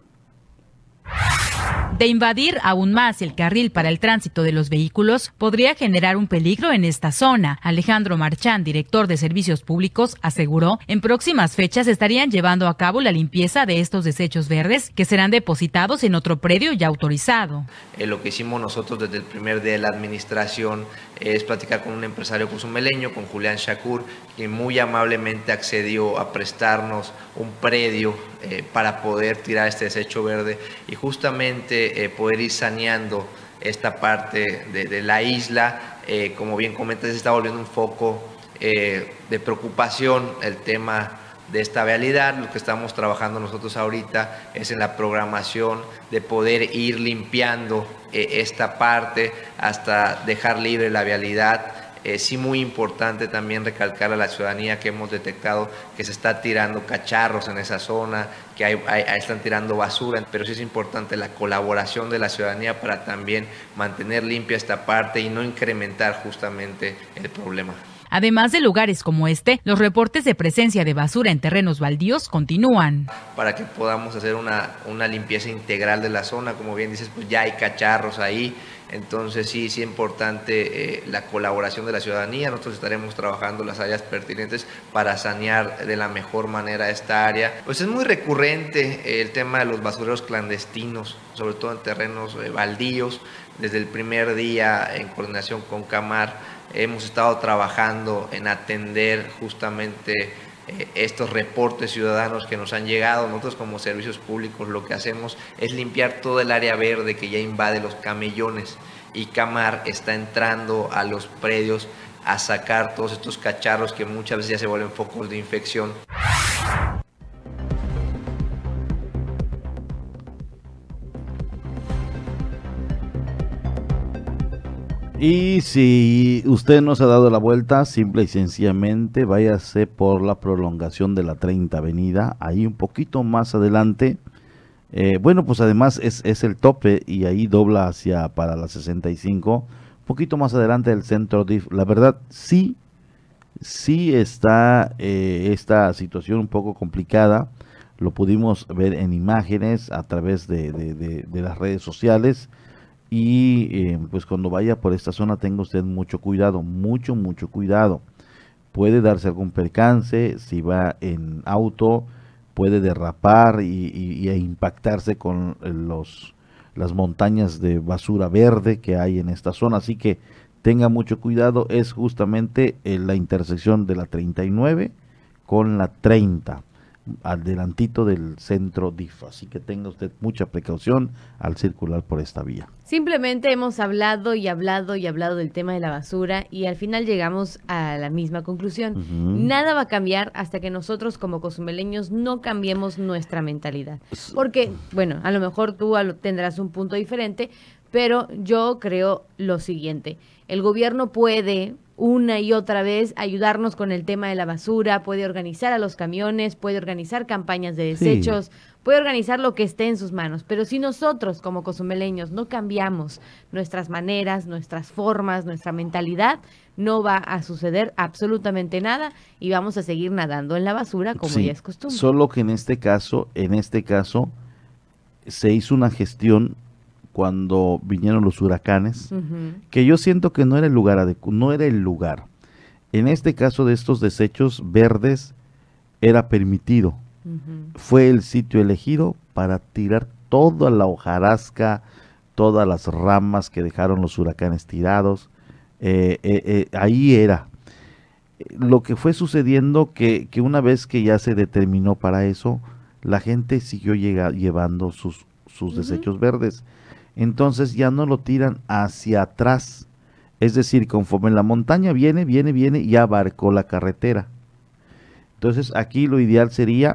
De invadir aún más el carril para el tránsito de los vehículos, podría generar un peligro en esta zona. Alejandro Marchán, director de Servicios Públicos, aseguró en próximas fechas estarían llevando a cabo la limpieza de estos desechos verdes que serán depositados en otro predio ya autorizado. Eh, lo que hicimos nosotros desde el primer día de la administración es platicar con un empresario cozumeleño, con Julián Shakur, que muy amablemente accedió a prestarnos un predio eh, para poder tirar este desecho verde y justamente eh, poder ir saneando esta parte de, de la isla. Eh, como bien comentas, se está volviendo un foco eh, de preocupación el tema de esta vialidad. Lo que estamos trabajando nosotros ahorita es en la programación de poder ir limpiando eh, esta parte hasta dejar libre la vialidad. Eh, sí, muy importante también recalcar a la ciudadanía que hemos detectado que se está tirando cacharros en esa zona, que hay, hay, están tirando basura, pero sí es importante la colaboración de la ciudadanía para también mantener limpia esta parte y no incrementar justamente el problema. Además de lugares como este, los reportes de presencia de basura en terrenos baldíos continúan. Para que podamos hacer una, una limpieza integral de la zona, como bien dices, pues ya hay cacharros ahí, entonces sí, sí es importante eh, la colaboración de la ciudadanía. Nosotros estaremos trabajando las áreas pertinentes para sanear de la mejor manera esta área. Pues es muy recurrente eh, el tema de los basureros clandestinos, sobre todo en terrenos eh, baldíos. Desde el primer día, en coordinación con Camar, hemos estado trabajando en atender justamente eh, estos reportes ciudadanos que nos han llegado. Nosotros como servicios públicos lo que hacemos es limpiar todo el área verde que ya invade los camellones, y Camar está entrando a los predios a sacar todos estos cacharros que muchas veces ya se vuelven focos de infección. Y si usted no se ha dado la vuelta, simple y sencillamente váyase por la prolongación de la treinta Avenida, ahí un poquito más adelante. Eh, bueno, pues además es, es el tope y ahí dobla hacia para la sesenta y cinco, un poquito más adelante del centro D I F. La verdad, sí, sí está eh, esta situación un poco complicada. Lo pudimos ver en imágenes a través de, de, de, de las redes sociales. Y eh, pues cuando vaya por esta zona tenga usted mucho cuidado, mucho, mucho cuidado. Puede darse algún percance, si va en auto, puede derrapar y, y, y impactarse con los, las montañas de basura verde que hay en esta zona. Así que tenga mucho cuidado, es justamente en la intersección de la treinta y nueve con la treinta. Adelantito del centro D I F, así que tenga usted mucha precaución al circular por esta vía. Simplemente hemos hablado y hablado y hablado del tema de la basura y al final llegamos a la misma conclusión. Uh-huh. Nada va a cambiar hasta que nosotros como cozumeleños no cambiemos nuestra mentalidad. Porque, bueno, a lo mejor tú tendrás un punto diferente, pero yo creo lo siguiente. El gobierno puede una y otra vez ayudarnos con el tema de la basura, puede organizar a los camiones, puede organizar campañas de desechos, sí. puede organizar lo que esté en sus manos, pero si nosotros como cozumeleños no cambiamos nuestras maneras, nuestras formas, nuestra mentalidad, no va a suceder absolutamente nada y vamos a seguir nadando en la basura como sí, ya es costumbre. Solo que en este caso, en este caso, se hizo una gestión cuando vinieron los huracanes, uh-huh. que yo siento que no era el lugar adecu- no era el lugar. En este caso de estos desechos verdes era permitido. Uh-huh. Fue el sitio elegido para tirar toda la hojarasca, todas las ramas que dejaron los huracanes tirados. Eh, eh, eh, ahí era. Lo que fue sucediendo que, que una vez que ya se determinó para eso, la gente siguió llega, llevando sus, sus uh-huh. desechos verdes. Entonces ya no lo tiran hacia atrás, es decir, conforme la montaña viene, viene, viene y abarcó la carretera. Entonces aquí lo ideal sería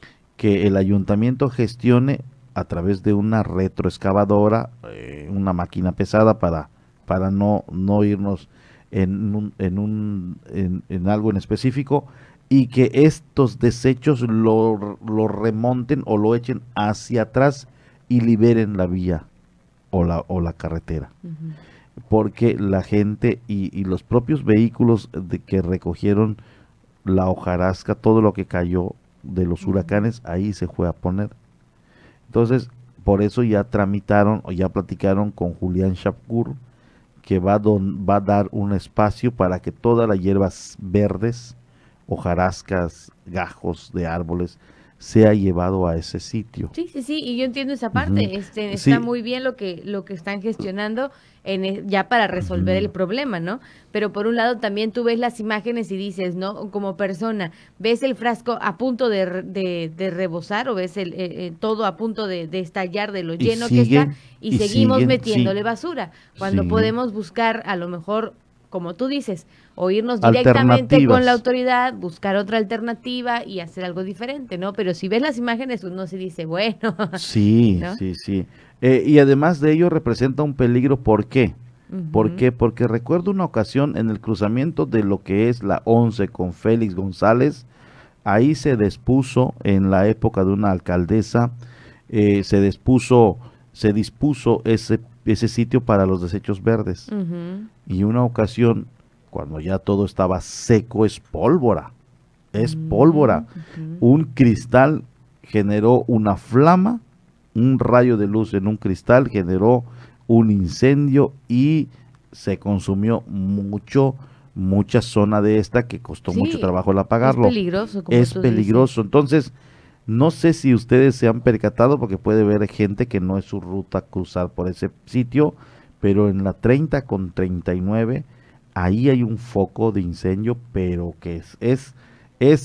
que el ayuntamiento gestione a través de una retroexcavadora, eh, una máquina pesada para, para no, no irnos en, un, en, un, en, en algo en específico, y que estos desechos lo, lo remonten o lo echen hacia atrás y liberen la vía o la, o la carretera, uh-huh. porque la gente y, y los propios vehículos de que recogieron la hojarasca, todo lo que cayó de los uh-huh. huracanes, ahí se fue a poner. Entonces, por eso ya tramitaron o ya platicaron con Julián Shakur, que va, don, va a dar un espacio para que todas las hierbas verdes, hojarascas, gajos de árboles, sea llevado a ese sitio. Sí, sí, sí, y yo entiendo esa parte, uh-huh. este, está sí. muy bien lo que lo que están gestionando en, ya para resolver uh-huh. el problema, ¿no? Pero por un lado también tú ves las imágenes y dices, ¿no? Como persona, ves el frasco a punto de, de, de rebosar o ves el, eh, todo a punto de, de estallar de lo lleno siguen, que está y, y seguimos siguen, metiéndole sí. basura, cuando siguen. podemos buscar a lo mejor, como tú dices, o irnos directamente con la autoridad, buscar otra alternativa y hacer algo diferente, ¿no? Pero si ves las imágenes, uno se dice, bueno. Sí, ¿no? sí, sí. Eh, y además de ello representa un peligro, ¿por qué? Uh-huh. ¿Por qué? Porque recuerdo una ocasión en el cruzamiento de lo que es la once con Félix González, ahí se dispuso, en la época de una alcaldesa, eh, se dispuso, se dispuso ese, ese sitio para los desechos verdes. Uh-huh. Y una ocasión, cuando ya todo estaba seco, es pólvora, es uh-huh. pólvora. Uh-huh. Un cristal generó una flama, un rayo de luz en un cristal generó un incendio y se consumió mucho, mucha zona de esta que costó sí, mucho trabajo el apagarlo. Es peligroso. Como es tú peligroso. dices. Entonces, no sé si ustedes se han percatado, porque puede haber gente que no es su ruta cruzar por ese sitio, pero en la treinta con treinta y nueve, ahí hay un foco de incendio, pero que es, es, es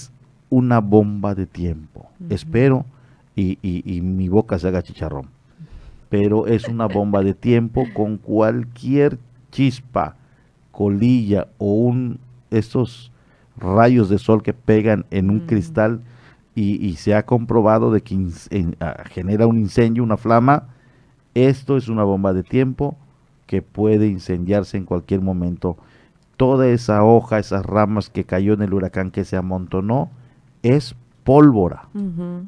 una bomba de tiempo. Uh-huh. Espero y, y, y mi boca se haga chicharrón. Pero es una bomba de tiempo con cualquier chispa, colilla o un estos rayos de sol que pegan en un uh-huh. cristal y, y se ha comprobado de que in, en, uh, genera un incendio, una flama. Esto es una bomba de tiempo que puede incendiarse en cualquier momento. Toda esa hoja, esas ramas que cayó en el huracán que se amontonó, es pólvora. Uh-huh.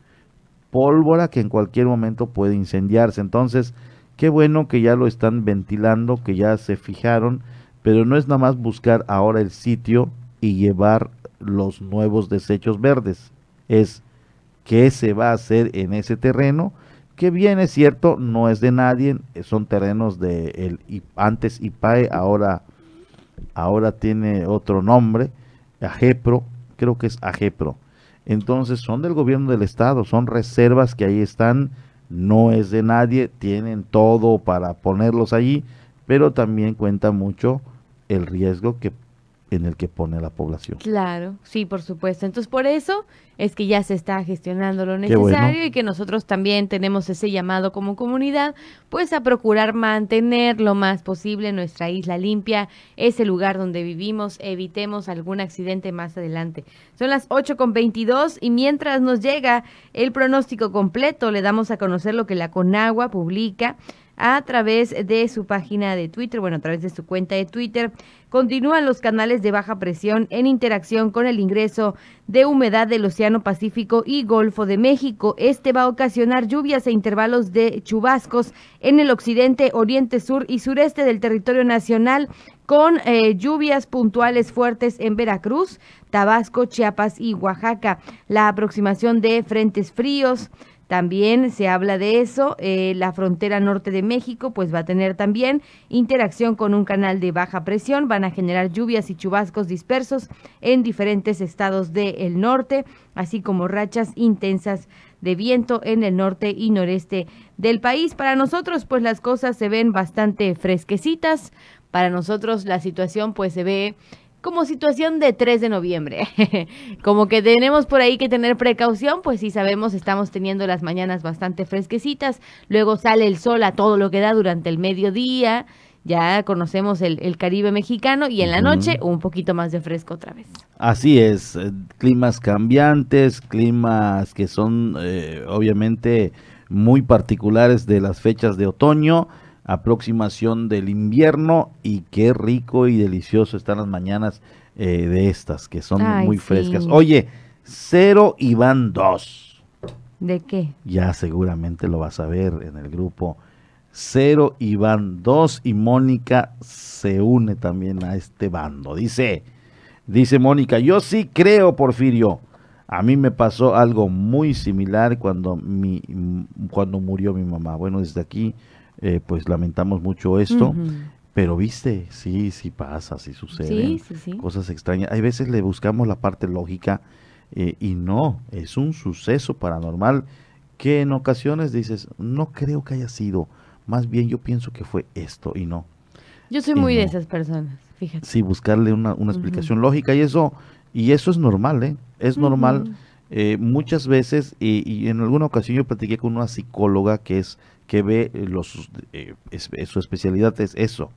Pólvora que en cualquier momento puede incendiarse. Entonces, qué bueno que ya lo están ventilando, que ya se fijaron, pero no es nada más buscar ahora el sitio y llevar los nuevos desechos verdes. Es qué se va a hacer en ese terreno, que bien es cierto, no es de nadie, son terrenos de el antes I P A E, ahora, ahora tiene otro nombre, AGEPRO, creo que es AGEPRO. Entonces son del gobierno del estado, son reservas que ahí están, no es de nadie, tienen todo para ponerlos allí, pero también cuenta mucho el riesgo que en el que pone la población. Claro, sí, por supuesto. Entonces, por eso es que ya se está gestionando lo necesario bueno. y que nosotros también tenemos ese llamado como comunidad, pues a procurar mantener lo más posible nuestra isla limpia, ese lugar donde vivimos, evitemos algún accidente más adelante. Son las ocho con veintidós y mientras nos llega el pronóstico completo, le damos a conocer lo que la Conagua publica a través de su página de Twitter, bueno, a través de su cuenta de Twitter. Continúan los canales de baja presión en interacción con el ingreso de humedad del Océano Pacífico y Golfo de México. Este va a ocasionar lluvias e intervalos de chubascos en el occidente, oriente, sur y sureste del territorio nacional, con eh, lluvias puntuales fuertes en Veracruz, Tabasco, Chiapas y Oaxaca. La aproximación de frentes fríos, también se habla de eso. Eh, la frontera norte de México pues va a tener también interacción con un canal de baja presión, van a generar lluvias y chubascos dispersos en diferentes estados del norte, así como rachas intensas de viento en el norte y noreste del país. Para nosotros pues las cosas se ven bastante fresquecitas, para nosotros la situación pues se ve como situación de tres de noviembre, como que tenemos por ahí que tener precaución, pues sí sabemos, estamos teniendo las mañanas bastante fresquecitas, luego sale el sol a todo lo que da durante el mediodía, ya conocemos el, el Caribe mexicano y en la noche un poquito más de fresco otra vez. Así es, eh, climas cambiantes, climas que son eh, obviamente muy particulares de las fechas de otoño, aproximación del invierno y qué rico y delicioso están las mañanas eh, de estas, que son Ay, muy frescas. Sí. Oye, cero y van dos. ¿De qué? Ya seguramente lo vas a ver en el grupo. Cero y van dos y Mónica se une también a este bando. Dice, dice Mónica, yo sí creo, Porfirio. A mí me pasó algo muy similar cuando mi cuando murió mi mamá. Bueno, desde aquí Eh, pues lamentamos mucho esto, uh-huh. pero viste, sí, sí pasa, sí suceden sí, sí, sí. cosas extrañas. Hay veces le buscamos la parte lógica eh, y no, es un suceso paranormal que en ocasiones dices, no creo que haya sido, más bien yo pienso que fue esto y no. Yo soy y muy no. de esas personas, fíjate. Sí, buscarle una, una explicación uh-huh. lógica y eso, y eso es normal, ¿eh? Es uh-huh. normal eh, muchas veces y, y en alguna ocasión yo platiqué con una psicóloga que es que ve los eh, es, es, su especialidad es eso,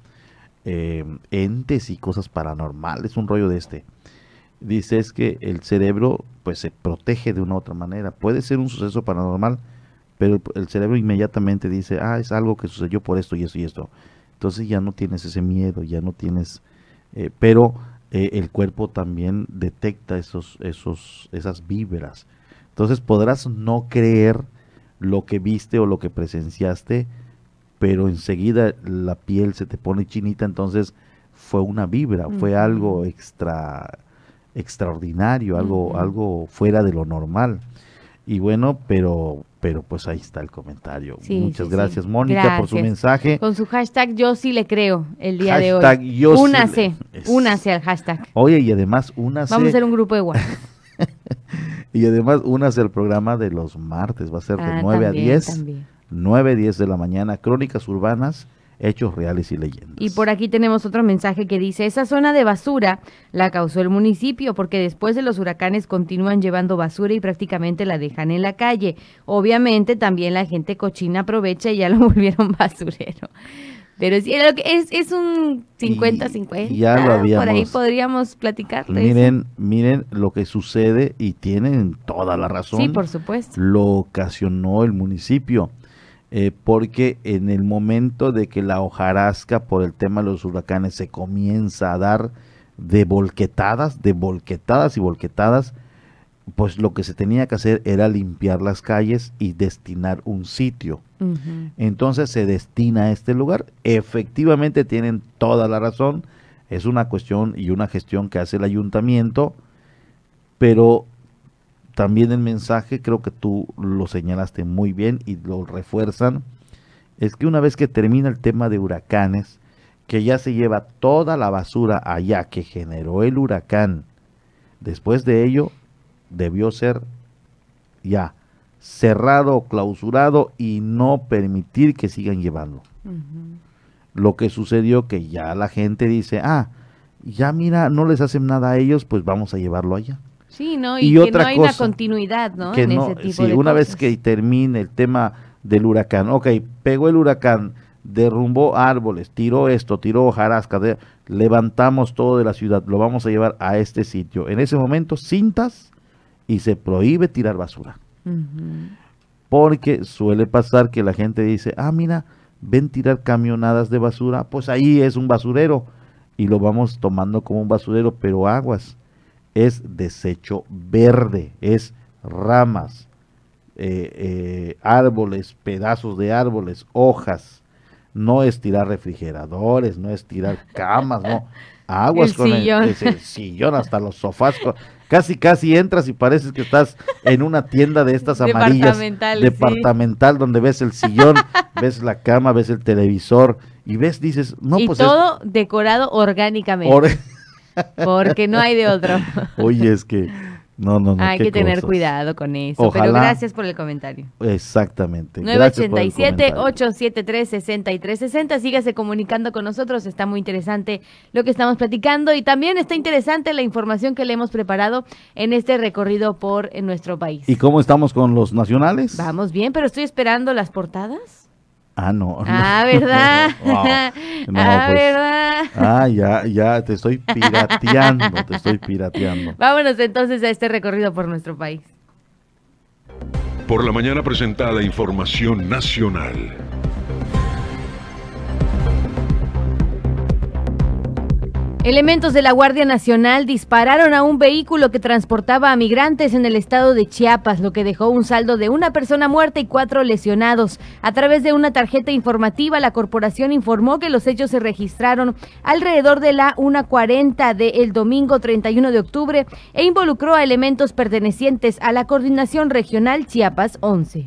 eh, entes y cosas paranormales, un rollo de este. Dice es que el cerebro pues se protege de una u otra manera, puede ser un suceso paranormal, pero el, el cerebro inmediatamente dice, ah, es algo que sucedió por esto y esto y esto. Entonces ya no tienes ese miedo, ya no tienes, eh, pero eh, el cuerpo también detecta esos, esos, esas vibras. Entonces podrás no creer lo que viste o lo que presenciaste, pero enseguida la piel se te pone chinita, entonces fue una vibra, uh-huh. fue algo extra extraordinario, algo uh-huh. algo fuera de lo normal. Y bueno, pero pero pues ahí está el comentario. Sí, Muchas sí, gracias, sí. Mónica, gracias. por su mensaje. Con su hashtag yo sí le creo el día hashtag de hoy. Yo únase, sí le... únase al hashtag. Oye, y además únase. Vamos a hacer un grupo de WhatsApp. Y además únase al programa de los martes, va a ser de ah, nueve también, a diez, también. nueve a diez de la mañana, Crónicas Urbanas, hechos reales y leyendas. Y por aquí tenemos otro mensaje que dice, esa zona de basura la causó el municipio porque después de los huracanes continúan llevando basura y prácticamente la dejan en la calle. Obviamente también la gente cochina aprovecha y ya lo volvieron basurero. Pero sí, es, es un cincuenta cincuenta, ya lo habíamos, por ahí podríamos platicar de miren, eso. Miren lo que sucede y tienen toda la razón. Sí, por supuesto. Lo ocasionó el municipio, eh, porque en el momento de que la hojarasca por el tema de los huracanes se comienza a dar de volquetadas, de volquetadas y volquetadas, pues lo que se tenía que hacer era limpiar las calles y destinar un sitio. Uh-huh. Entonces se destina a este lugar. Efectivamente tienen toda la razón, es una cuestión y una gestión que hace el ayuntamiento, pero también el mensaje, creo que tú lo señalaste muy bien y lo refuerzan, es que una vez que termina el tema de huracanes, que ya se lleva toda la basura allá que generó el huracán, después de ello debió ser ya cerrado, clausurado y no permitir que sigan llevando. Uh-huh. Lo que sucedió que ya la gente dice, ah, ya mira, no les hacen nada a ellos, pues vamos a llevarlo allá. Sí, ¿no? Y, y que otra no hay cosa, una continuidad, ¿no? Que en no, ese tipo sí, de una cosas. vez que termine el tema del huracán, ok, pegó el huracán, derrumbó árboles, tiró esto, tiró hojarasca, de, levantamos todo de la ciudad, lo vamos a llevar a este sitio. En ese momento, cintas y se prohíbe tirar basura. Uh-huh. Porque suele pasar que la gente dice, ah, mira, ven tirar camionadas de basura, pues ahí es un basurero y lo vamos tomando como un basurero, pero aguas, es desecho verde, es ramas, eh, eh, árboles, pedazos de árboles, hojas, no es tirar refrigeradores, no es tirar camas, no, aguas el con sillón. El, es el sillón, hasta los sofás, con, casi casi entras y pareces que estás en una tienda de estas amarillas, departamental, departamental, sí, donde ves el sillón, ves la cama, ves el televisor y ves, dices, no, y pues todo es, decorado orgánicamente, or porque no hay de otro. Oye, es que no, no, no. Hay que tener cosas. cuidado con eso. Ojalá. Pero gracias por el comentario. Exactamente. nueve ocho siete, ocho siete tres, seis tres seis cero. Sígase comunicando con nosotros. Está muy interesante lo que estamos platicando. Y también está interesante la información que le hemos preparado en este recorrido por en nuestro país. ¿Y cómo estamos con los nacionales? Vamos bien, pero estoy esperando las portadas. Ah, no. Ah, ¿verdad? Wow. No, ah, pues, ¿verdad? Ah, ya, ya, te estoy pirateando, te estoy pirateando. Vámonos entonces a este recorrido por nuestro país. Por la mañana presentada información nacional. Elementos de la Guardia Nacional dispararon a un vehículo que transportaba a migrantes en el estado de Chiapas, lo que dejó un saldo de una persona muerta y cuatro lesionados. A través de una tarjeta informativa, la corporación informó que los hechos se registraron alrededor de la una cuarenta del domingo treinta y uno de octubre e involucró a elementos pertenecientes a la Coordinación Regional Chiapas once.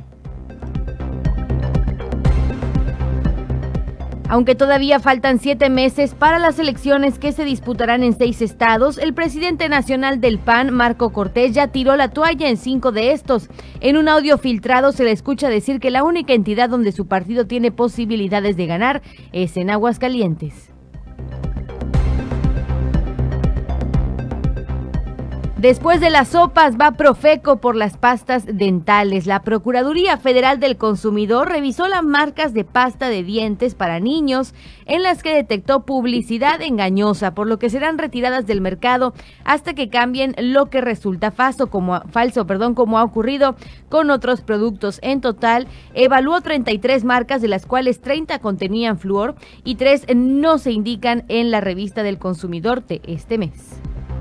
Aunque todavía faltan siete meses para las elecciones que se disputarán en seis estados, el presidente nacional del P A N, Marco Cortés, ya tiró la toalla en cinco de estos. En un audio filtrado se le escucha decir que la única entidad donde su partido tiene posibilidades de ganar es en Aguascalientes. Después de las sopas, va Profeco por las pastas dentales. La Procuraduría Federal del Consumidor revisó las marcas de pasta de dientes para niños en las que detectó publicidad engañosa, por lo que serán retiradas del mercado hasta que cambien lo que resulta falso, como, falso, perdón, como ha ocurrido con otros productos. En total, evaluó treinta y tres marcas, de las cuales treinta contenían flúor y tres no se indican en la revista del consumidor de este mes.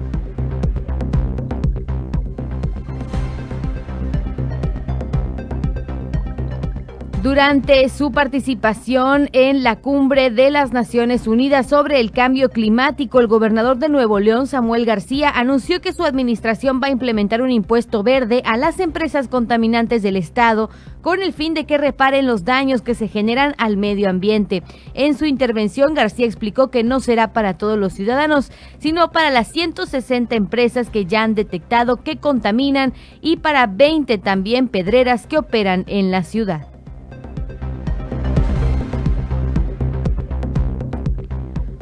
Durante su participación en la Cumbre de las Naciones Unidas sobre el Cambio Climático, el gobernador de Nuevo León, Samuel García, anunció que su administración va a implementar un impuesto verde a las empresas contaminantes del estado con el fin de que reparen los daños que se generan al medio ambiente. En su intervención, García explicó que no será para todos los ciudadanos, sino para las ciento sesenta empresas que ya han detectado que contaminan y para veinte también pedreras que operan en la ciudad.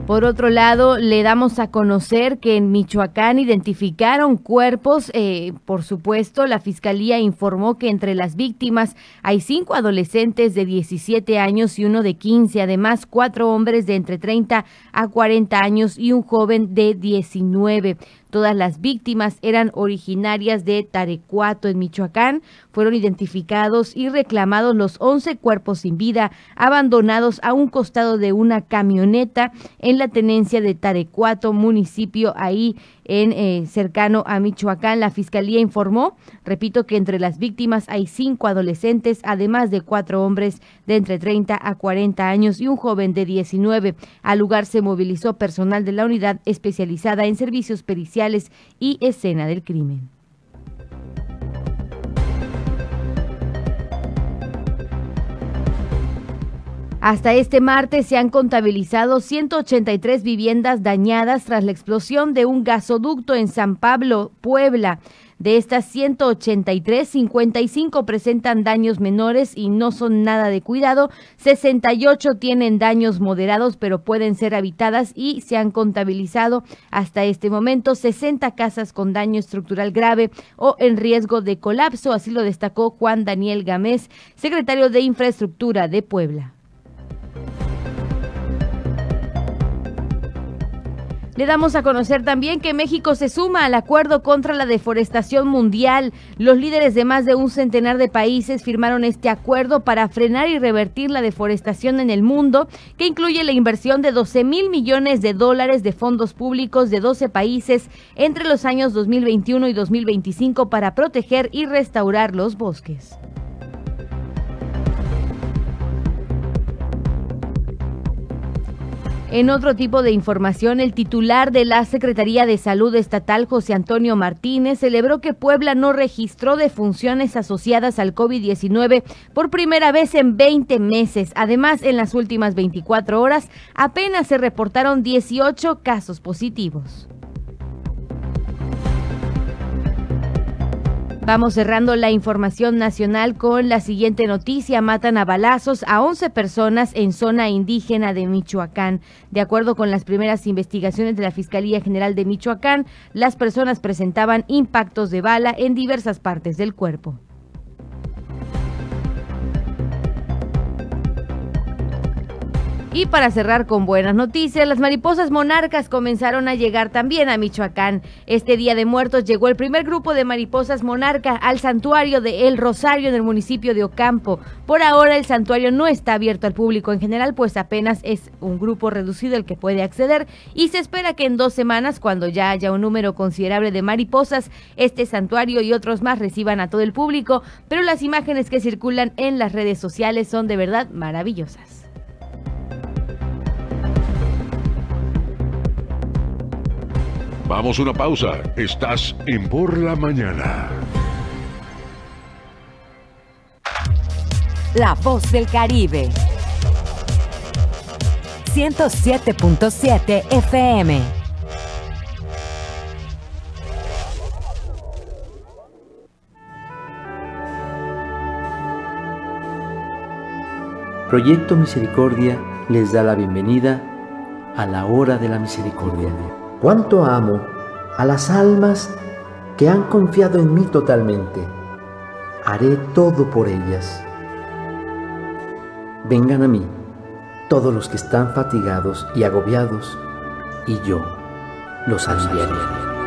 Por otro lado, le damos a conocer que en Michoacán identificaron cuerpos. Eh, por supuesto, la Fiscalía informó que entre las víctimas hay cinco adolescentes de diecisiete años y uno de quince. Además, cuatro hombres de entre treinta a cuarenta años y un joven de diecinueve. Todas las víctimas eran originarias de Tarecuato, en Michoacán. Fueron identificados y reclamados los once cuerpos sin vida abandonados a un costado de una camioneta en la tenencia de Tarecuato, municipio ahí en eh, cercano a Michoacán. La Fiscalía informó, repito, que entre las víctimas hay cinco adolescentes, además de cuatro hombres de entre treinta a cuarenta años y un joven de diecinueve. Al lugar se movilizó personal de la unidad especializada en servicios periciales y escena del crimen. Hasta este martes se han contabilizado ciento ochenta y tres viviendas dañadas tras la explosión de un gasoducto en San Pablo, Puebla. De estas ciento ochenta y tres, cincuenta y cinco presentan daños menores y no son nada de cuidado, sesenta y ocho tienen daños moderados pero pueden ser habitadas y se han contabilizado hasta este momento sesenta casas con daño estructural grave o en riesgo de colapso, así lo destacó Juan Daniel Gámez, secretario de Infraestructura de Puebla. Le damos a conocer también que México se suma al acuerdo contra la deforestación mundial. Los líderes de más de un centenar de países firmaron este acuerdo para frenar y revertir la deforestación en el mundo, que incluye la inversión de doce mil millones de dólares de fondos públicos de doce países entre los años dos mil veintiuno y dos mil veinticinco para proteger y restaurar los bosques. En otro tipo de información, el titular de la Secretaría de Salud Estatal, José Antonio Martínez, celebró que Puebla no registró defunciones asociadas al COVID diecinueve por primera vez en veinte meses. Además, en las últimas veinticuatro horas apenas se reportaron dieciocho casos positivos. Vamos cerrando la información nacional con la siguiente noticia. Matan a balazos a once personas en zona indígena de Michoacán. De acuerdo con las primeras investigaciones de la Fiscalía General de Michoacán, las personas presentaban impactos de bala en diversas partes del cuerpo. Y para cerrar con buenas noticias, las mariposas monarcas comenzaron a llegar también a Michoacán. Este Día de Muertos llegó el primer grupo de mariposas monarca al santuario de El Rosario en el municipio de Ocampo. Por ahora el santuario no está abierto al público en general, pues apenas es un grupo reducido el que puede acceder y se espera que en dos semanas, cuando ya haya un número considerable de mariposas, este santuario y otros más reciban a todo el público, pero las imágenes que circulan en las redes sociales son de verdad maravillosas. Vamos a una pausa. Estás en Por la Mañana. La Voz del Caribe. ciento siete punto siete F M. Proyecto Misericordia les da la bienvenida a la hora de la misericordia. Cuánto amo a las almas que han confiado en mí totalmente. Haré todo por ellas. Vengan a mí, todos los que están fatigados y agobiados, y yo los aliviaré.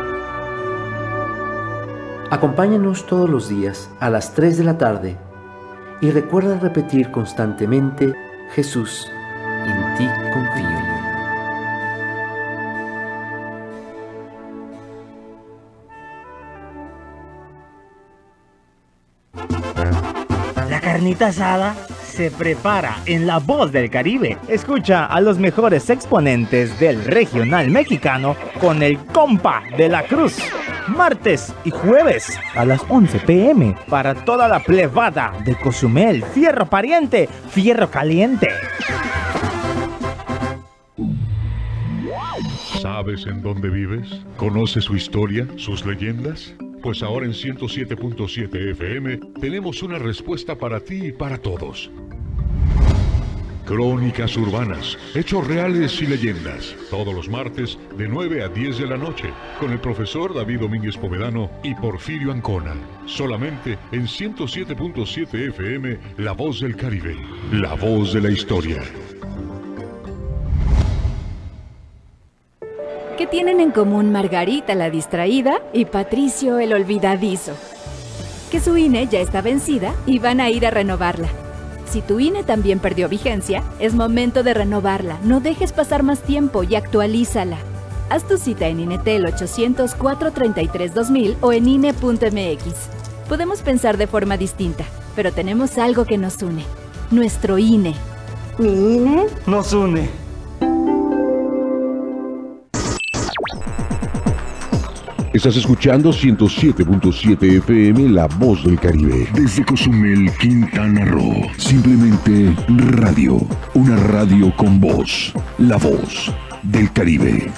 Acompáñanos todos los días a las tres de la tarde y recuerda repetir constantemente: Jesús, en ti confío. La carnita asada se prepara en La Voz del Caribe. Escucha a los mejores exponentes del regional mexicano con el compa de la Cruz. Martes y jueves a las once pe eme para toda la plebada de Cozumel. Fierro pariente, fierro caliente. ¿Sabes en dónde vives? ¿Conoces su historia, sus leyendas? Pues ahora en ciento siete punto siete F M tenemos una respuesta para ti y para todos. Crónicas urbanas, hechos reales y leyendas. Todos los martes de nueve a diez de la noche. Con el profesor David Domínguez Povedano y Porfirio Ancona. Solamente en ciento siete punto siete F M, La Voz del Caribe. La voz de la historia. ¿Qué tienen en común Margarita la distraída y Patricio el olvidadizo? Que su I N E ya está vencida y van a ir a renovarla. Si tu I N E también perdió vigencia, es momento de renovarla. No dejes pasar más tiempo y actualízala. Haz tu cita en INETEL ochocientos, cuatrocientos treinta y tres, dos mil o en I N E punto M X. Podemos pensar de forma distinta, pero tenemos algo que nos une. Nuestro I N E. ¿Mi I N E? Nos une. Estás escuchando ciento siete punto siete F M, La Voz del Caribe. Desde Cozumel, Quintana Roo. Simplemente radio. Una radio con voz. La Voz del Caribe.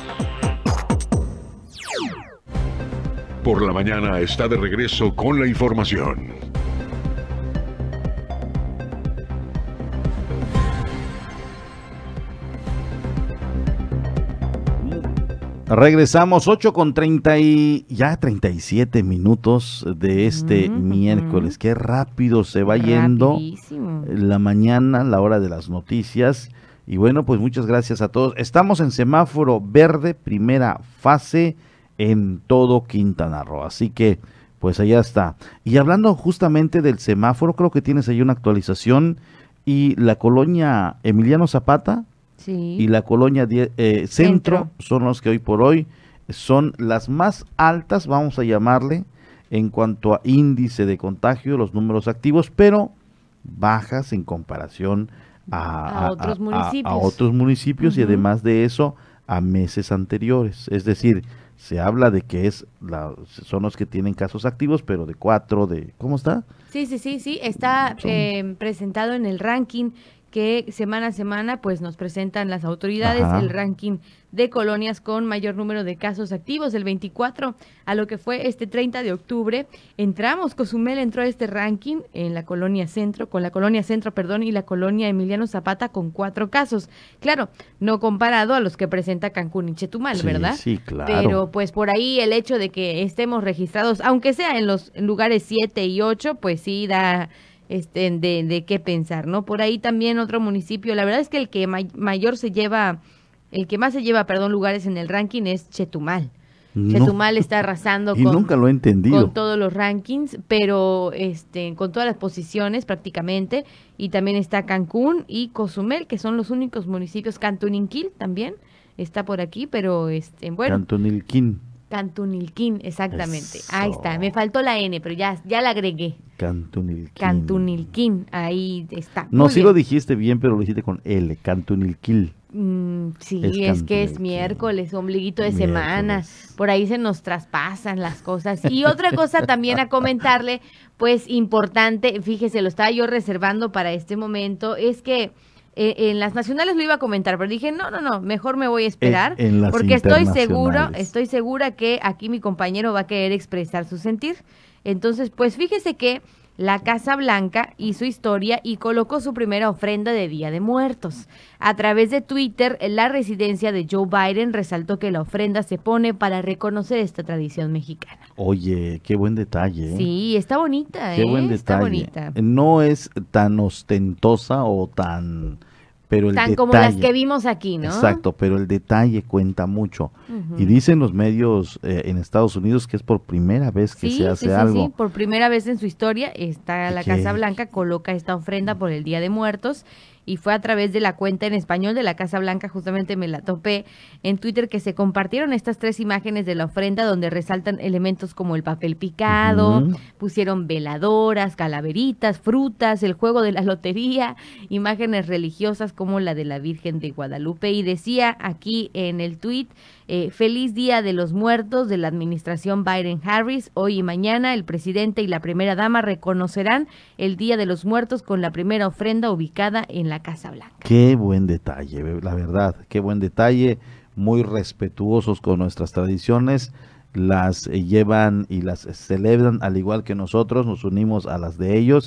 Por la mañana está de regreso con la información. Regresamos ocho con treinta y ya treinta y siete minutos de este mm, miércoles. Mm. Qué rápido se va yendo Rapidísimo. La mañana, la hora de las noticias. Y bueno, pues muchas gracias a todos. Estamos en semáforo verde, primera fase en todo Quintana Roo. Así que pues allá está. Y hablando justamente del semáforo, creo que tienes ahí una actualización. Y la colonia Emiliano Zapata Sí. y la colonia die, eh, centro, centro son los que hoy por hoy son las más altas, vamos a llamarle, en cuanto a índice de contagio, los números activos, pero bajas en comparación a, a, a otros a, municipios, a, a otros municipios uh-huh. y además de eso a meses anteriores. Es decir, se habla de que es la, son los que tienen casos activos, pero de cuatro, de ¿cómo está? Sí, sí, sí, sí, está eh, presentado en el ranking que semana a semana pues nos presentan las autoridades. Ajá. El ranking de colonias con mayor número de casos activos, del veinticuatro a lo que fue este treinta de octubre. Entramos, Cozumel entró a este ranking en la colonia centro, con la colonia centro, perdón, y la colonia Emiliano Zapata con cuatro casos. Claro, no comparado a los que presenta Cancún y Chetumal, sí, ¿verdad? Sí, claro. Pero pues por ahí el hecho de que estemos registrados, aunque sea en los lugares siete y ocho, pues sí da este de, de qué pensar, ¿no? Por ahí también otro municipio, la verdad es que el que may, mayor se lleva, el que más se lleva, perdón, lugares en el ranking es Chetumal. No. Chetumal está arrasando y con, nunca lo he entendido. con todos los rankings, pero este con todas las posiciones prácticamente, y también está Cancún y Cozumel, que son los únicos municipios. Cantunilquín también está por aquí, pero este bueno. Cantunilquín. Cantunilquín, exactamente. Eso. Ahí está, me faltó la N, pero ya, ya la agregué. Cantunilquín. Cantunilquín, ahí está. No, Muy sí bien. lo dijiste bien, pero lo dijiste con L, Cantunilquín. Mm, sí, es, es que es miércoles, ombliguito de miércoles. Semana, por ahí se nos traspasan las cosas. Y otra cosa también a comentarle, pues importante, fíjese, lo estaba yo reservando para este momento, es que Eh, en las nacionales lo iba a comentar, pero dije, no, no, no, mejor me voy a esperar, en, en porque estoy seguro, estoy segura que aquí mi compañero va a querer expresar su sentir. Entonces, pues fíjese que la Casa Blanca hizo historia y colocó su primera ofrenda de Día de Muertos. A través de Twitter, la residencia de Joe Biden resaltó que la ofrenda se pone para reconocer esta tradición mexicana. Oye, qué buen detalle. ¿eh? Sí, está bonita, qué ¿eh? buen detalle. Está bonita. No es tan ostentosa o tan... Pero el tan detalle, como las que vimos aquí, ¿no? Exacto, pero el detalle cuenta mucho. Uh-huh. Y dicen los medios eh, en Estados Unidos que es por primera vez que sí, se hace sí, sí, algo. Sí, por primera vez en su historia está la Casa Blanca, coloca esta ofrenda por el Día de Muertos, y fue a través de la cuenta en español de la Casa Blanca, justamente me la topé en Twitter, que se compartieron estas tres imágenes de la ofrenda donde resaltan elementos como el papel picado, uh-huh. pusieron veladoras, calaveritas, frutas, el juego de la lotería, imágenes religiosas como la de la Virgen de Guadalupe, y decía aquí en el tuit, eh, feliz Día de los Muertos de la administración Biden-Harris. Hoy y mañana el presidente y la primera dama reconocerán el Día de los Muertos con la primera ofrenda ubicada en la Casa Blanca. Qué buen detalle, la verdad, qué buen detalle, muy respetuosos con nuestras tradiciones, las eh, llevan y las celebran al igual que nosotros, nos unimos a las de ellos,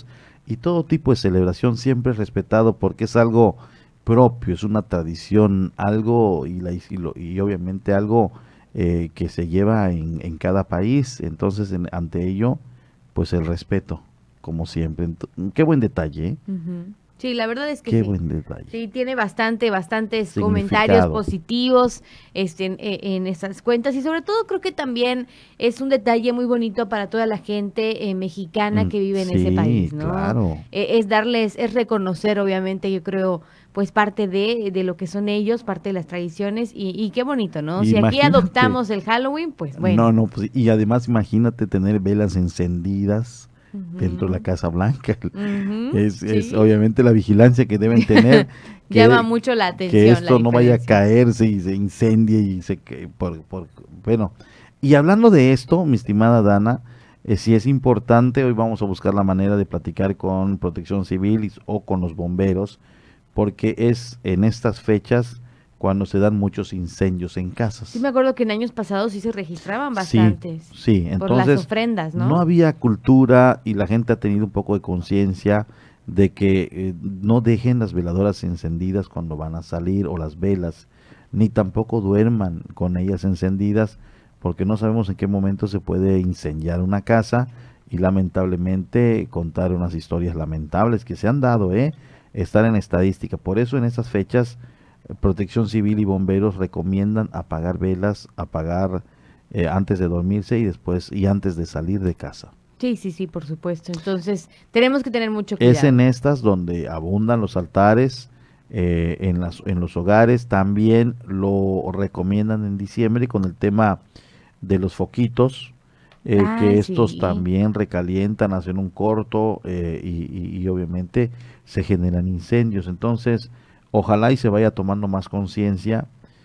y todo tipo de celebración siempre es respetado porque es algo propio, es una tradición, algo y, la, y, lo, y obviamente algo eh, que se lleva en, en cada país. Entonces en, ante ello pues el respeto como siempre. Ent- qué buen detalle, ¿eh? Uh-huh. Sí, la verdad es que qué sí. buen detalle. Sí, tiene bastante, bastantes Significado. comentarios positivos este, en, en estas cuentas y sobre todo creo que también es un detalle muy bonito para toda la gente eh, mexicana Mm, que vive en sí, ese país, ¿no? claro. Eh, es darles, es reconocer obviamente, yo creo, pues parte de, de lo que son ellos, parte de las tradiciones y, y qué bonito, ¿no? Si aquí Imagínate. adoptamos el Halloween, pues bueno. No, no, pues, y además imagínate tener velas encendidas Ujú. dentro de la Casa Blanca. Ujú, Es, sí. es obviamente la vigilancia que deben tener. que, Llama mucho la atención. que esto la no vaya a diferencia. caerse y se incendie y se que por, por bueno. Y hablando de esto, mi estimada Dana, eh, si es importante, hoy vamos a buscar la manera de platicar con Protección Civil y- o con los bomberos, porque es en estas fechas cuando se dan muchos incendios en casas. Sí me acuerdo que en años pasados sí se registraban Sí, bastantes. sí, por las entonces ofrendas, ¿no? había cultura y la gente ha tenido un poco de conciencia de que eh, no dejen las veladoras encendidas cuando van a salir o las velas, ni tampoco duerman con ellas encendidas porque no sabemos en qué momento se puede incendiar una casa y lamentablemente contar unas historias lamentables que se han dado, ¿eh? Estar en estadística. Por eso en esas fechas Protección Civil y bomberos recomiendan apagar velas, apagar eh, antes de dormirse y después y antes de salir de casa. Sí, sí, sí, por supuesto. Entonces, tenemos que tener mucho cuidado. Es en estas donde abundan los altares, eh, en, las, en los hogares. También lo recomiendan en diciembre con el tema de los foquitos, eh, Ah, que estos sí. también recalientan, hacen un corto eh, y, y- y obviamente se generan incendios. Entonces, ojalá y se vaya tomando más conciencia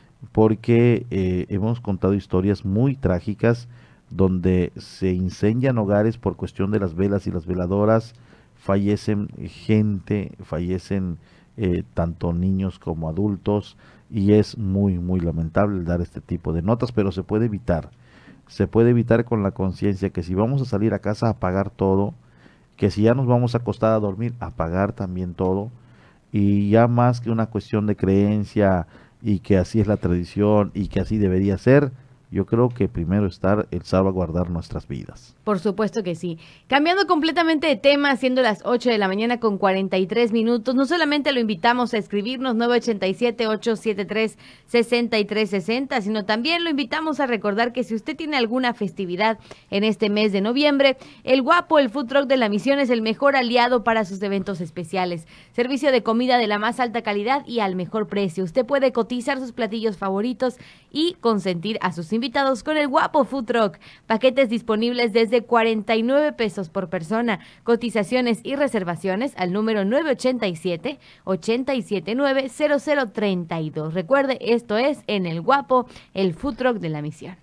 porque eh, hemos contado historias muy trágicas donde se incendian hogares por cuestión de las velas y las veladoras, fallecen gente, fallecen eh, tanto niños como adultos y es muy muy lamentable dar este tipo de notas, pero se puede evitar, se puede evitar con la conciencia que si vamos a salir a casa a apagar todo, que si ya nos vamos a acostar a dormir, apagar también todo, y ya más que una cuestión de creencia y que así es la tradición y que así debería ser, yo creo que primero estar el salvaguardar nuestras vidas. Por supuesto que sí. Cambiando completamente de tema, siendo las ocho de la mañana con cuarenta y tres minutos, no solamente lo invitamos a escribirnos nueve ocho siete, ocho siete tres, seis tres seis cero, sino también lo invitamos a recordar que si usted tiene alguna festividad en este mes de noviembre, el Guapo, el Food Truck de la Misión, es el mejor aliado para sus eventos especiales. Servicio de comida de la más alta calidad y al mejor precio. Usted puede cotizar sus platillos favoritos y consentir a sus invitados con el Guapo Food Truck. Paquetes disponibles desde cuarenta y nueve pesos por persona. Cotizaciones y reservaciones al número nueve ocho siete, ocho siete nueve, cero cero tres dos. Recuerde, esto es en el Guapo, el Food Truck de la Misión.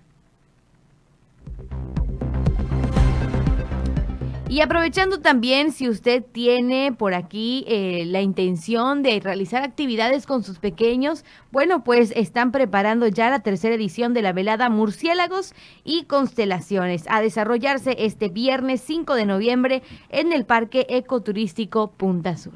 Y aprovechando también, si usted tiene por aquí eh, la intención de realizar actividades con sus pequeños, bueno, pues están preparando ya la tercera edición de la velada Murciélagos y Constelaciones, a desarrollarse este viernes cinco de noviembre en el Parque Ecoturístico Punta Sur.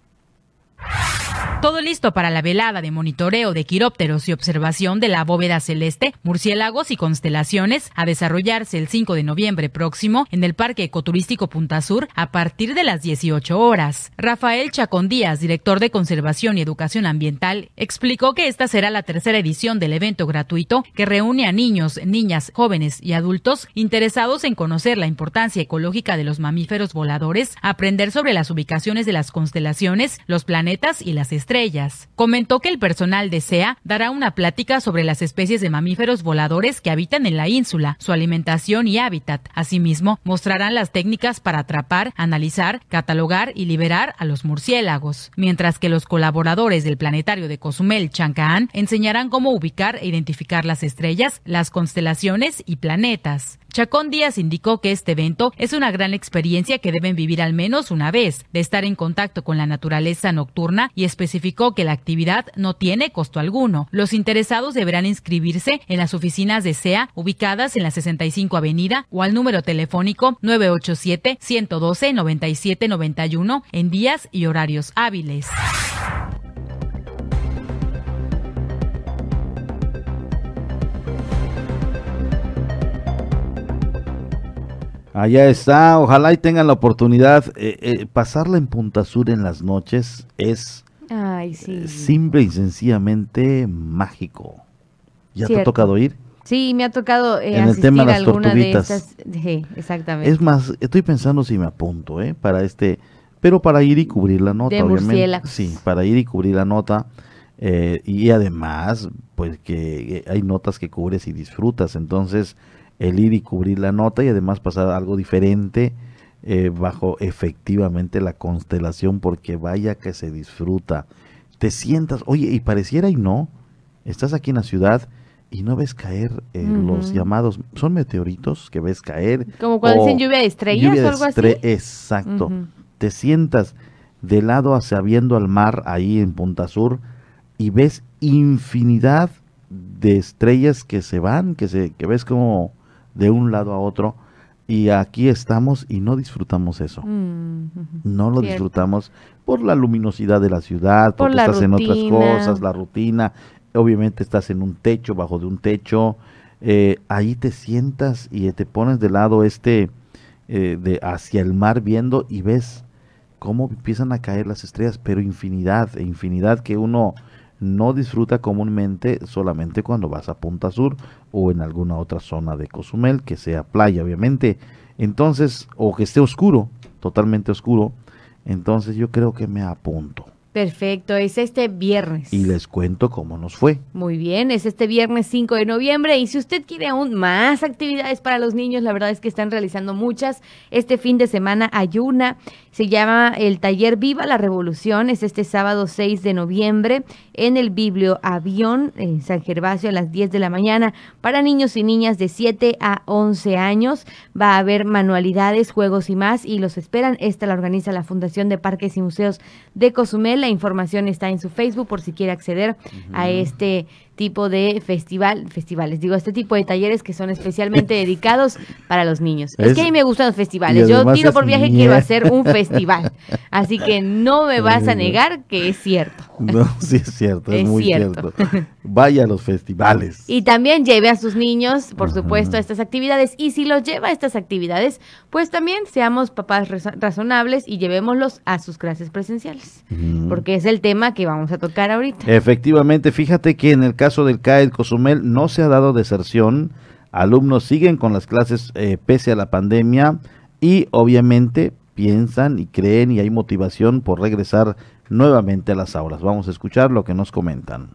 Todo listo para la velada de monitoreo de quirópteros y observación de la bóveda celeste, murciélagos y constelaciones, a desarrollarse el cinco de noviembre próximo en el Parque Ecoturístico Punta Sur a partir de las dieciocho horas. Rafael Chacón Díaz, director de Conservación y Educación Ambiental, explicó que esta será la tercera edición del evento gratuito que reúne a niños, niñas, jóvenes y adultos interesados en conocer la importancia ecológica de los mamíferos voladores, aprender sobre las ubicaciones de las constelaciones, los planetas y las estrellas. Comentó que el personal de C E A dará una plática sobre las especies de mamíferos voladores que habitan en la ínsula, su alimentación y hábitat. Asimismo, mostrarán las técnicas para atrapar, analizar, catalogar y liberar a los murciélagos, mientras que los colaboradores del planetario de Cozumel, Chancaan, enseñarán cómo ubicar e identificar las estrellas, las constelaciones y planetas. Chacón Díaz indicó que este evento es una gran experiencia que deben vivir al menos una vez, de estar en contacto con la naturaleza nocturna y especialmente especificó que la actividad no tiene costo alguno. Los interesados deberán inscribirse en las oficinas de S E A ubicadas en la sesenta y cinco Avenida o al número telefónico nueve ocho siete, uno uno dos, nueve siete nueve uno en días y horarios hábiles. Allá está, ojalá y tengan la oportunidad. Eh, eh, pasarla en Punta Sur en las noches es Ay, sí. simple y sencillamente mágico. ¿Ya Cierto. te ha tocado ir? Sí, me ha tocado eh, En el asistir tema de a las alguna de tortuguitas. estas. Sí, exactamente. Es más, estoy pensando si me apunto, ¿eh? Para este, pero para ir y cubrir la nota, De obviamente. murciélagos. Sí, para ir y cubrir la nota. eh, y además, pues que eh, hay notas que cubres y disfrutas. Entonces, el ir y cubrir la nota y además pasar algo diferente eh, bajo efectivamente la constelación, porque vaya que se disfruta. Te sientas, oye, y pareciera y no, estás aquí en la ciudad y no ves caer eh, Ujú. los llamados, son meteoritos que ves caer. Como cuando o dicen lluvia de estrellas lluvia o de algo así. estre- Exacto. Ujú. Te sientas de lado hacia viendo al mar ahí en Punta Sur y ves infinidad de estrellas que se van, que se que ves como de un lado a otro, y aquí estamos y no disfrutamos eso. Mm, ujú. No lo Cierto. disfrutamos por la luminosidad de la ciudad, Por porque la estás en otras rutina. cosas, la rutina. Obviamente estás en un techo, bajo de un techo. eh, ahí te sientas y te pones de lado este, eh, de hacia el mar viendo y ves cómo empiezan a caer las estrellas, pero infinidad, e infinidad que uno no disfruta comúnmente solamente cuando vas a Punta Sur o en alguna otra zona de Cozumel, que sea playa, obviamente. Entonces, o que esté oscuro, totalmente oscuro. Entonces yo creo que me apunto. Perfecto, es este viernes. Y les cuento cómo nos fue. Muy bien, es este viernes cinco de noviembre y si usted quiere aún más actividades para los niños, la verdad es que están realizando muchas. Este fin de semana hay una, se llama el taller Viva la Revolución, es este sábado seis de noviembre en el Biblio Avión en San Gervasio a las diez de la mañana para niños y niñas de siete a once años. Va a haber manualidades, juegos y más y los esperan. Esta la organiza la Fundación de Parques y Museos de Cozumel. La información está en su Facebook por si quiere acceder a este tipo de festival, festivales, digo, este tipo de talleres que son especialmente dedicados para los niños. Es, Es- que a mí me gustan los y festivales. Yo además tiro es por viaje, mie- quiero hacer un festival. Así que no me vas a Sí. negar que es cierto. No, sí es cierto, es, Es muy cierto. cierto. Vaya a los festivales. Y también lleve a sus niños, por supuesto, a estas actividades. Y si los lleva a estas actividades, pues también seamos papás razo- razonables y llevémoslos a sus clases presenciales. Ujú. Porque es el tema que vamos a tocar ahorita. Efectivamente, fíjate que en el caso del C A E D Cozumel no se ha dado deserción, alumnos siguen con las clases eh, pese a la pandemia y obviamente piensan y creen y hay motivación por regresar nuevamente a las aulas. Vamos a escuchar lo que nos comentan.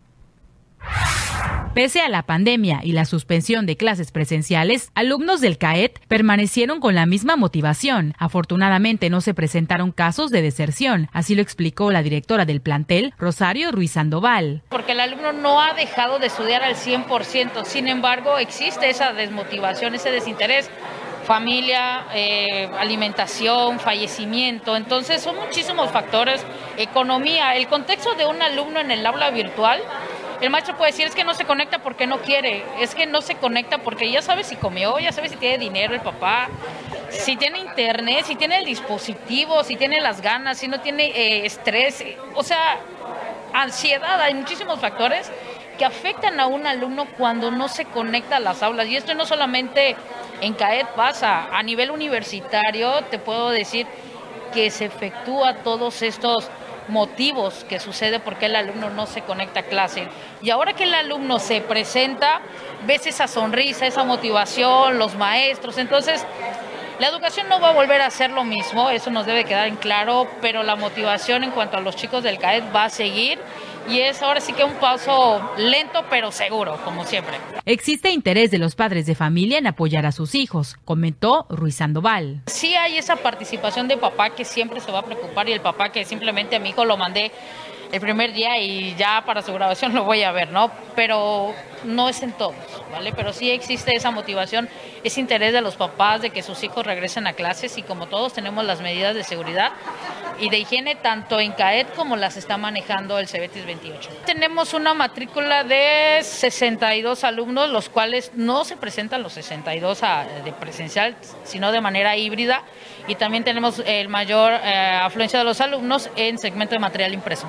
Pese a la pandemia y la suspensión de clases presenciales, alumnos del C A E T permanecieron con la misma motivación. Afortunadamente no se presentaron casos de deserción, así lo explicó la directora del plantel, Rosario Ruiz Sandoval. Porque el alumno no ha dejado de estudiar al cien por ciento, sin embargo existe esa desmotivación, ese desinterés, familia, eh, alimentación, fallecimiento, entonces son muchísimos factores, economía, el contexto de un alumno en el aula virtual. El maestro puede decir, es que no se conecta porque no quiere, es que no se conecta porque ya sabe si comió, ya sabe si tiene dinero el papá, si tiene internet, si tiene el dispositivo, si tiene las ganas, si no tiene eh, estrés, o sea, ansiedad, hay muchísimos factores que afectan a un alumno cuando no se conecta a las aulas. Y esto no solamente en C A E T pasa, a nivel universitario te puedo decir que se efectúa todos estos motivos que sucede porque el alumno no se conecta a clase. Y ahora que el alumno se presenta, ves esa sonrisa, esa motivación, los maestros. Entonces, la educación no va a volver a ser lo mismo, eso nos debe quedar en claro, pero la motivación en cuanto a los chicos del C A E T va a seguir y es ahora sí que un paso lento pero seguro, como siempre. Existe interés de los padres de familia en apoyar a sus hijos, comentó Ruiz Sandoval. Sí hay esa participación de papá que siempre se va a preocupar y el papá que simplemente a mi hijo lo mandé el primer día y ya para su graduación lo voy a ver, ¿no? Pero no es en todos, ¿vale? Pero sí existe esa motivación, ese interés de los papás de que sus hijos regresen a clases y como todos tenemos las medidas de seguridad, y de higiene tanto en CAET como las está manejando el Cebetis veintiocho. Tenemos una matrícula de sesenta y dos alumnos, los cuales no se presentan los sesenta y dos a, de presencial, sino de manera híbrida, y también tenemos el mayor eh, afluencia de los alumnos en segmento de material impreso.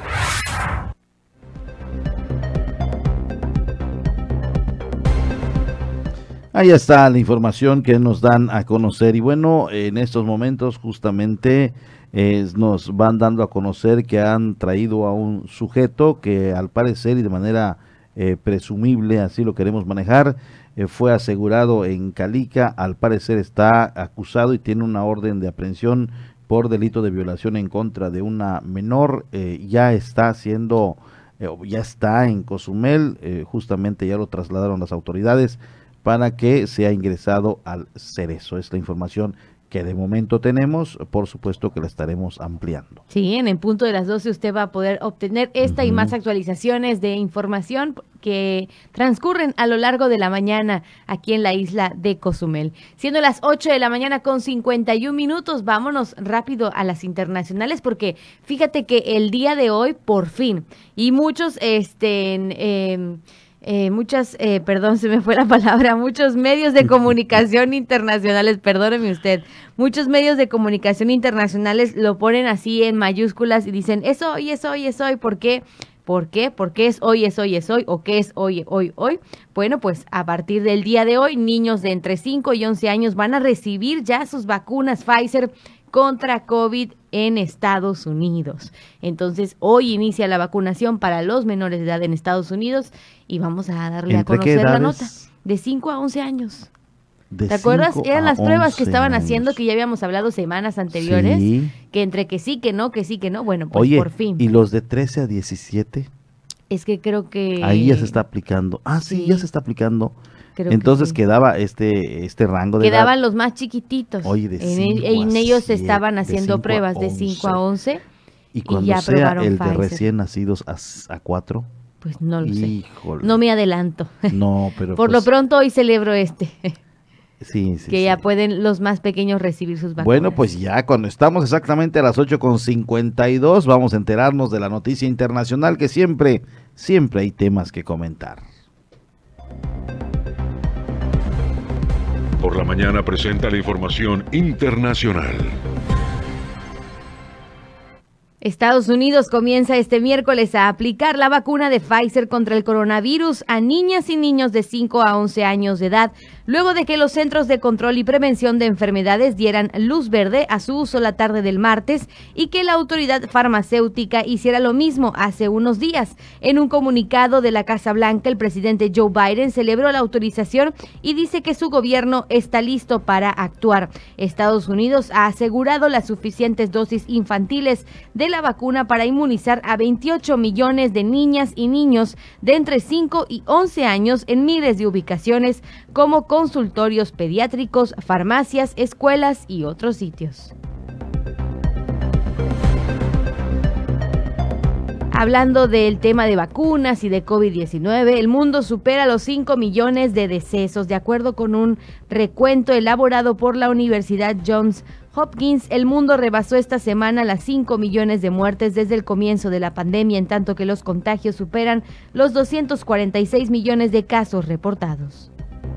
Ahí está la información que nos dan a conocer y bueno, en estos momentos justamente eh, nos van dando a conocer que han traído a un sujeto que al parecer y de manera eh, presumible, así lo queremos manejar, eh, fue asegurado en Calica, al parecer está acusado y tiene una orden de aprehensión por delito de violación en contra de una menor, eh, ya está siendo, eh, ya está en Cozumel, eh, justamente ya lo trasladaron las autoridades para que sea ingresado al Cerezo. Es la información que de momento tenemos, por supuesto que la estaremos ampliando. Sí, en el punto de las doce usted va a poder obtener esta uh-huh. y más actualizaciones de información que transcurren a lo largo de la mañana aquí en la isla de Cozumel. Siendo las ocho de la mañana con cincuenta y un minutos, vámonos rápido a las internacionales porque fíjate que el día de hoy, por fin, y muchos, este... Eh, Eh, muchas, eh, perdón, se me fue la palabra, muchos medios de comunicación internacionales, perdóneme usted, muchos medios de comunicación internacionales lo ponen así en mayúsculas y dicen, es hoy, es hoy, es hoy, ¿por qué? ¿Por qué? ¿Por qué es hoy, es hoy, es hoy? ¿O qué es hoy, hoy, hoy? Bueno, pues a partir del día de hoy, niños de entre cinco y once años van a recibir ya sus vacunas Pfizer contra COVID en Estados Unidos. Entonces, hoy inicia la vacunación para los menores de edad en Estados Unidos y vamos a darle a conocer la nota. De cinco a once años. ¿Te acuerdas? Eran las pruebas que estaban años. haciendo, que ya habíamos hablado semanas anteriores, sí. que entre que sí, que no, que sí, que no, bueno, pues Oye, por fin. ¿y los de trece a diecisiete? Es que creo que... Ahí ya se está aplicando. Ah, sí, sí. ya se está aplicando. Creo Entonces que sí. quedaba este este rango de Quedaban edad. los más chiquititos. Oye, de en, en ellos se estaban haciendo pruebas de cinco a once. Y cuando y ya sea el Pfizer. De recién nacidos a cuatro. Pues no lo Híjole. sé. No me adelanto. No, pero Por pues, lo pronto hoy celebro este. Sí, sí. Que sí. ya pueden los más pequeños recibir sus vacunas. Bueno, pues ya cuando estamos exactamente a las ocho con cincuenta y dos vamos a enterarnos de la noticia internacional, que siempre, siempre hay temas que comentar. Por la mañana presenta la información internacional. Estados Unidos comienza este miércoles a aplicar la vacuna de Pfizer contra el coronavirus a niñas y niños de cinco a once años de edad, luego de que los Centros de Control y Prevención de Enfermedades dieran luz verde a su uso la tarde del martes y que la autoridad farmacéutica hiciera lo mismo hace unos días. En un comunicado de la Casa Blanca, el presidente Joe Biden celebró la autorización y dice que su gobierno está listo para actuar. Estados Unidos ha asegurado las suficientes dosis infantiles de la vacuna para inmunizar a veintiocho millones de niñas y niños de entre cinco y once años en miles de ubicaciones como consultorios pediátricos, farmacias, escuelas y otros sitios. Hablando del tema de vacunas y de COVID diecinueve, el mundo supera los cinco millones de decesos. De acuerdo con un recuento elaborado por la Universidad Johns Hopkins, el mundo rebasó esta semana las cinco millones de muertes desde el comienzo de la pandemia, en tanto que los contagios superan los doscientos cuarenta y seis millones de casos reportados.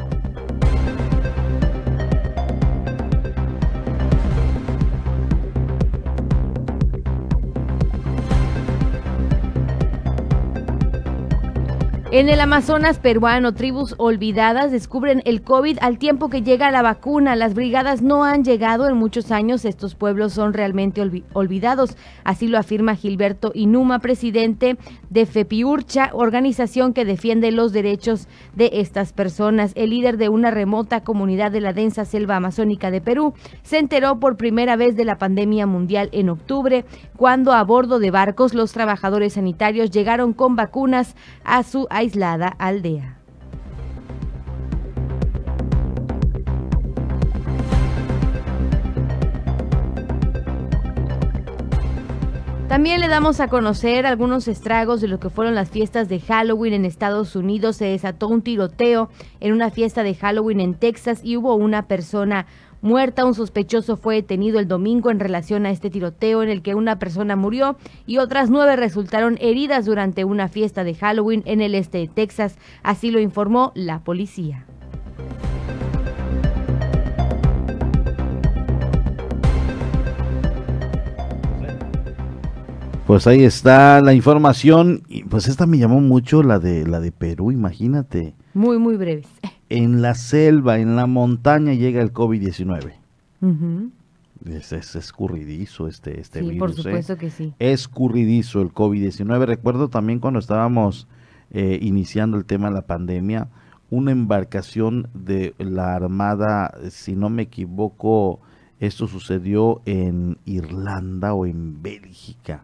En el Amazonas peruano, tribus olvidadas descubren el COVID al tiempo que llega la vacuna. Las brigadas no han llegado en muchos años. Estos pueblos son realmente olvi- olvidados. Así lo afirma Gilberto Inuma, presidente de FEPIURCHA, organización que defiende los derechos de estas personas. El líder de una remota comunidad de la densa selva amazónica de Perú se enteró por primera vez de la pandemia mundial en octubre, cuando a bordo de barcos los trabajadores sanitarios llegaron con vacunas a su aislada aldea. También le damos a conocer algunos estragos de lo que fueron las fiestas de Halloween en Estados Unidos. Se desató un tiroteo en una fiesta de Halloween en Texas y hubo una persona muerta. Un sospechoso fue detenido el domingo en relación a este tiroteo en el que una persona murió y otras nueve resultaron heridas durante una fiesta de Halloween en el este de Texas. Así lo informó la policía. Pues ahí está la información, y pues esta me llamó mucho, la de la de Perú, imagínate. Muy, muy breves. En la selva, en la montaña llega el COVID diecinueve. Uh-huh. Es, es escurridizo este, este Sí, virus. por supuesto ¿eh? que sí. Escurridizo el COVID diecinueve. Recuerdo también cuando estábamos eh, iniciando el tema de la pandemia, una embarcación de la Armada, si no me equivoco, esto sucedió en Irlanda o en Bélgica.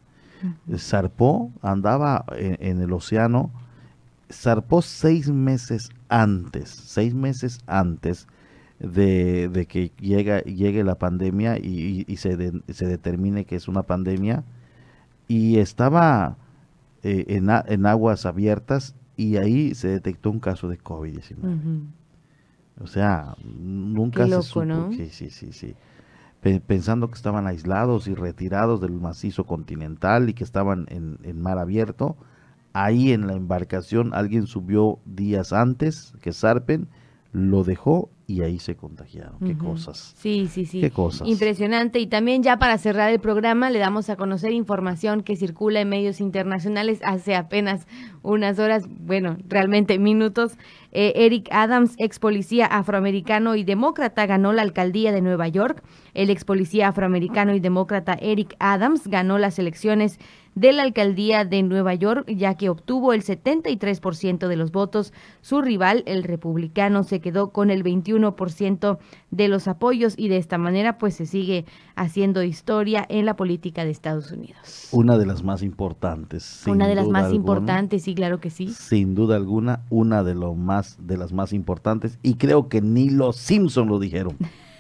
Zarpó, andaba en, en el océano, zarpó seis meses antes, seis meses antes de, de que llega, llegue la pandemia y, y, y se, de, se determine que es una pandemia, y estaba eh, en, a, en aguas abiertas y ahí se detectó un caso de COVID diecinueve. Uh-huh. O sea, nunca Qué loco, se supo. ¿no? Sí, sí, sí, sí. Pensando que estaban aislados y retirados del macizo continental y que estaban en, en mar abierto, ahí en la embarcación alguien subió días antes que zarpen, lo dejó y ahí se contagiaron. Qué Uh-huh. cosas. Sí, sí, sí. Qué cosas. Impresionante. Y también ya para cerrar el programa le damos a conocer información que circula en medios internacionales hace apenas unas horas, bueno, realmente minutos. Eh, Eric Adams, ex policía afroamericano y demócrata, ganó la alcaldía de Nueva York. El ex policía afroamericano y demócrata Eric Adams ganó las elecciones de la alcaldía de Nueva York, ya que obtuvo el setenta y tres por ciento de los votos. Su rival, el republicano, se quedó con el veintiuno por ciento de los apoyos y de esta manera pues se sigue haciendo historia en la política de Estados Unidos. Una de las más importantes. Una de las más alguna, importantes, sí, claro que sí. Sin duda alguna, una de lo más de las más importantes, y creo que ni los Simpson lo dijeron.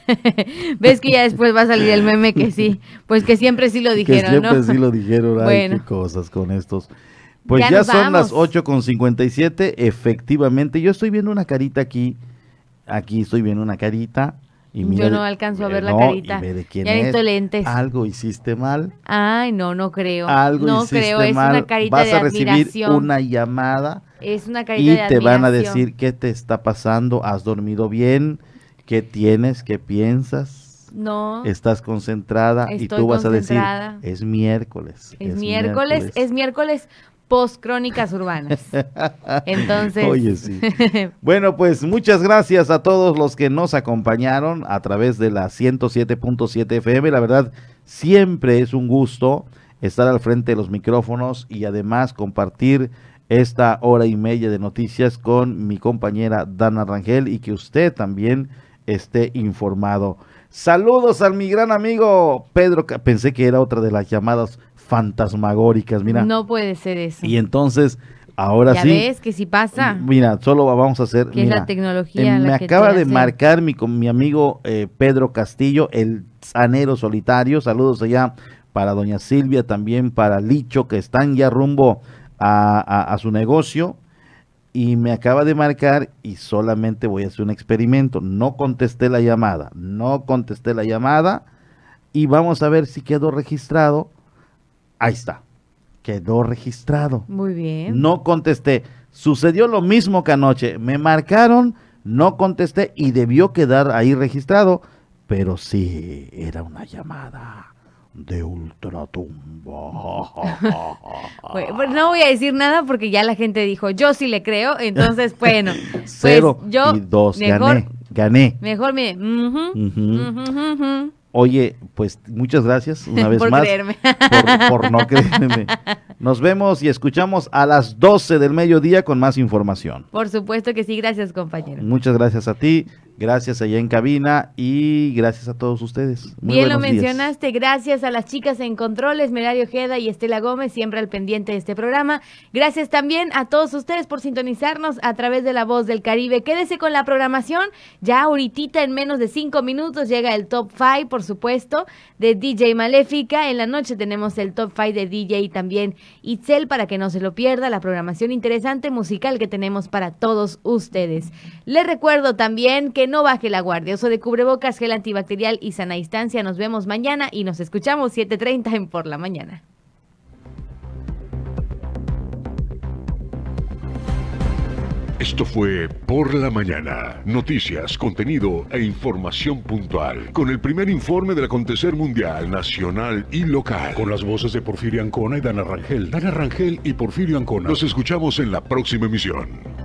Ves que ya después va a salir el meme que sí, pues que siempre sí lo dijeron, que siempre ¿no? sí lo dijeron. Ay, Bueno. qué cosas con estos. Pues ya, Ya ya nos son vamos. las ocho con cincuenta y siete, efectivamente. Yo estoy viendo una carita aquí, aquí estoy viendo una carita. Y mira Yo no de- alcanzo a eh, ver la no, carita. y ve de quién Ya es. necesito lentes. Algo hiciste mal. Ay, no, no creo. Algo no hiciste creo, es mal. una carita Vas de a recibir admiración. una llamada Es una carita y de te admiración. van a decir qué te está pasando, has dormido bien, qué tienes, qué piensas. No. Estás concentrada y Estoy tú vas a decir, concentrada. es miércoles. Es, miércoles, es miércoles post crónicas urbanas. Entonces. Oye, sí. Bueno, pues muchas gracias a todos los que nos acompañaron a través de la ciento siete punto siete F M. La verdad, siempre es un gusto estar al frente de los micrófonos y además compartir esta hora y media de noticias con mi compañera Dana Rangel y que usted también esté informado. Saludos a mi gran amigo Pedro. Ca- Pensé que era otra de las llamadas fantasmagóricas, mira. No puede ser eso. Y entonces, ahora ya sí. ves que si pasa. Mira, solo vamos a hacer. Que es mira, la tecnología eh, la me que acaba te de hace- marcar mi, con mi amigo eh, Pedro Castillo, el sanero solitario. Saludos allá para doña Silvia, también para Licho, que están ya rumbo a, a- a su negocio. Y me acaba de marcar y solamente voy a hacer un experimento. No contesté la llamada, no contesté la llamada y vamos a ver si quedó registrado. Ahí está, quedó registrado. Muy bien. No contesté. Sucedió lo mismo que anoche. Me marcaron, no contesté y debió quedar ahí registrado. Pero sí, era una llamada de ultratumba. Bueno, pues no voy a decir nada porque ya la gente dijo, yo sí le creo. Entonces, bueno. Cero pues yo y dos. mejor, Gané, gané. Mejor me. ujú, Ujú. ujú, ujú. Oye, pues muchas gracias una vez Por más creerme. Por, por no creerme. Nos vemos y escuchamos a las doce del mediodía con más información. Por supuesto que sí, gracias compañero. Muchas gracias a ti, gracias allá en cabina y gracias a todos ustedes. Muy Bien lo buenos días. mencionaste, gracias a las chicas en controles, Merario Ojeda y Estela Gómez, siempre al pendiente de este programa. Gracias también a todos ustedes por sintonizarnos a través de La Voz del Caribe. Quédese con la programación, ya ahorita en menos de cinco minutos llega el Top cinco, por supuesto, de D J Maléfica. En la noche tenemos el Top cinco de D J también Itzel, para que no se lo pierda, la programación interesante musical que tenemos para todos ustedes. Les recuerdo también que que no baje la guardia. Uso de cubrebocas, gel antibacterial y sana distancia. Nos vemos mañana y nos escuchamos siete treinta en Por la Mañana. Esto fue Por la Mañana. Noticias, contenido e información puntual. Con el primer informe del acontecer mundial, nacional y local. Con las voces de Porfirio Ancona y Dana Rangel. Dana Rangel y Porfirio Ancona. Nos escuchamos en la próxima emisión.